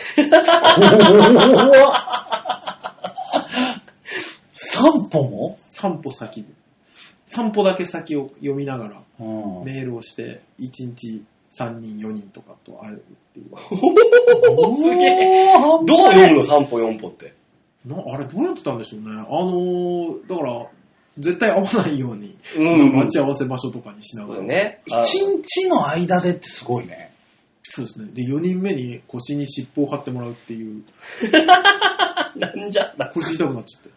散歩も三歩先で。三歩だけ先を読みながらうんメールをして、いちにちさんにん、よにんとかと会えるっていう。 すげえ。どう読むのさん歩よん歩って。 なあれどうやってたんでしょうね。あのー、だから、絶対会わないように、 うん待ち合わせ場所とかにしながら。 ね。 一日の間でってすごいね。 そうですね。で、よにんめに腰に尻尾を張ってもらうっていう。 なんじゃった。 腰痛くなっちゃって。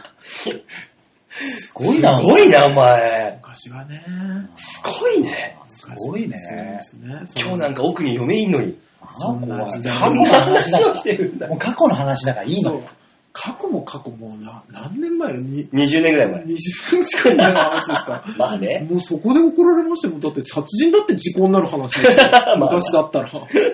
すごいな。 すごいな、お前。 昔はね。 すごいね。 すごいね。 そうですね。 今日なんか奥に嫁いんのに。 そんな時代過去の話だ話をかしてるんだら。もう過去の話だからいいのよ。 過去も過去もな何年前ににじゅうねんぐらい前。 にじゅうねん近い前の話ですか。 まあね。 もうそこで怒られましても、だって殺人だって時効になる話ですよ。昔だったら。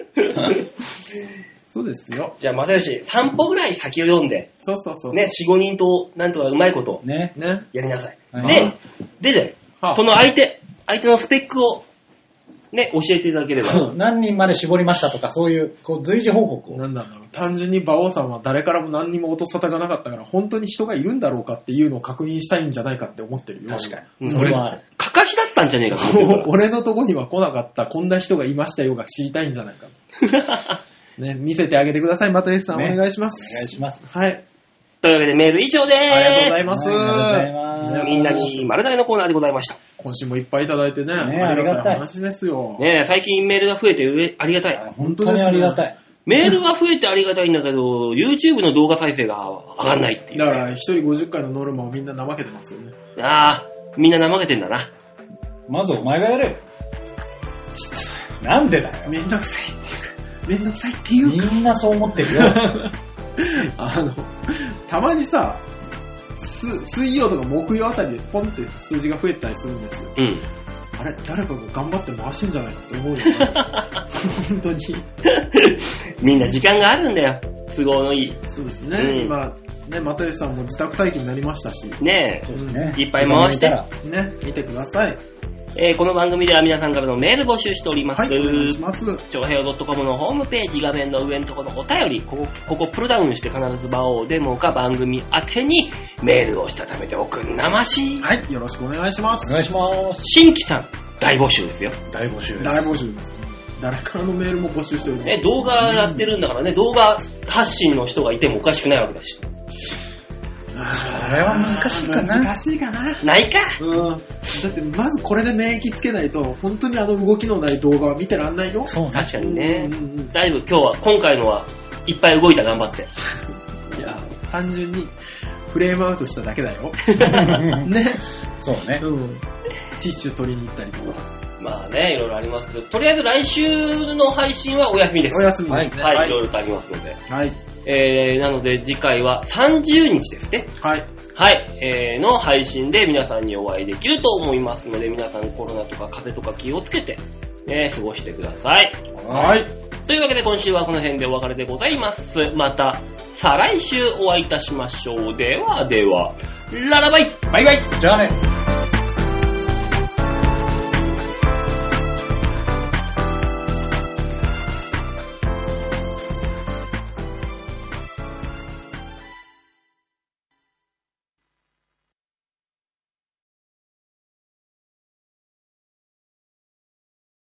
そうですよ。 じゃあ、まさよし、さん歩ぐらい先を読んで、 そうそうそうそう。 ね、よん、ごにんと、なんとかうまいこと、 ね。 ね。 やりなさい。 はいで、でで、 はあその相手、相手のスペックを、ね、教えていただければ。 何人まで絞りましたとか、そういう、こう、随時報告を。 なんなんだろう。単純に馬王さんは誰からも何にも音沙汰がなかったから、本当に人がいるんだろうかっていうのを確認したいんじゃないかって思ってるよ。 確かうんに。それはある。 かかしだったんじゃねえかと思ってるから。 俺のとこには来なかったこんな人がいましたよが知りたいんじゃないか。ね、見せてあげてください。またよしさん、 ねお願いします。 お願いします。 はい。 というわけでメール以上でーす。 ありがとうございます。 はいありがとうございますねみんなに丸投げのコーナーでございました。 今週もいっぱいいただいてね。 ねありがたい話ですよ。 ねえ、最近メールが増えてうれありがたい。 本当にありがたい。 メールが増えてありがたいんだけど、YouTube の動画再生が上がんないっていう。 だから、一人ごじゅっかいのノルマをみんな怠けてますよね。 ああ、みんな怠けてんだな。 まずお前がやれよ。 知ってそなんでだよ。 れ。めんどくさいっていうか、めんどくさいっていうか。 みんなそう思ってるよ。 あの、たまにさ、す水曜とか木曜あたりでポンって数字が増えたりするんですよ。 うん。 あれ誰かが頑張って回してんじゃないかって思うよね。本当に。 みんな時間があるんだよ。都合のいい。 そうですね。 うん今、ね、又吉さんも自宅待機になりましたし、 ねえ。 うんねいっぱい回してね、見てください。 えーこの番組では皆さんからのメール募集しております。 はい、お願いします。 ちょうへいお .com のホームページ画面の上のところのお便り、ここ、ここプルダウンして必ず場をデモか番組宛てにメールをしたためておくんなまし。 はい、よろしくお願いします。 お願いします。 新規さん、大募集ですよ。 大募集です。 大募集です。誰からのメールも募集しております。 ね、動画やってるんだからね、動画発信の人がいてもおかしくないわけだし。 それは難しいかな難しいかな。 ないか。 うん。だって、まずこれで免疫つけないと、本当にあの動きのない動画は見てらんないよ。 そうね。 確かにねうんうんうん。 だいぶ今日は、今回のはいっぱい動いた、頑張って。 いや、単純にフレームアウトしただけだよ。ね。 そうね。 うん。ティッシュ取りに行ったりとか。 まあね、いろいろありますけど、とりあえず来週の配信はお休みです。 お休みですね。 はい、、 はいい。 ろいろとありますので。 はい。 えー、なので次回はさんじゅうにちですね。 はい。 はい、えー、の配信で皆さんにお会いできると思いますので、皆さんコロナとか風邪とか気をつけて、ね、過ごしてください。 はい。 というわけで今週はこの辺でお別れでございます。また、再来週お会いいたしましょう。ではでは、ララバイバイバイ。 じゃあね。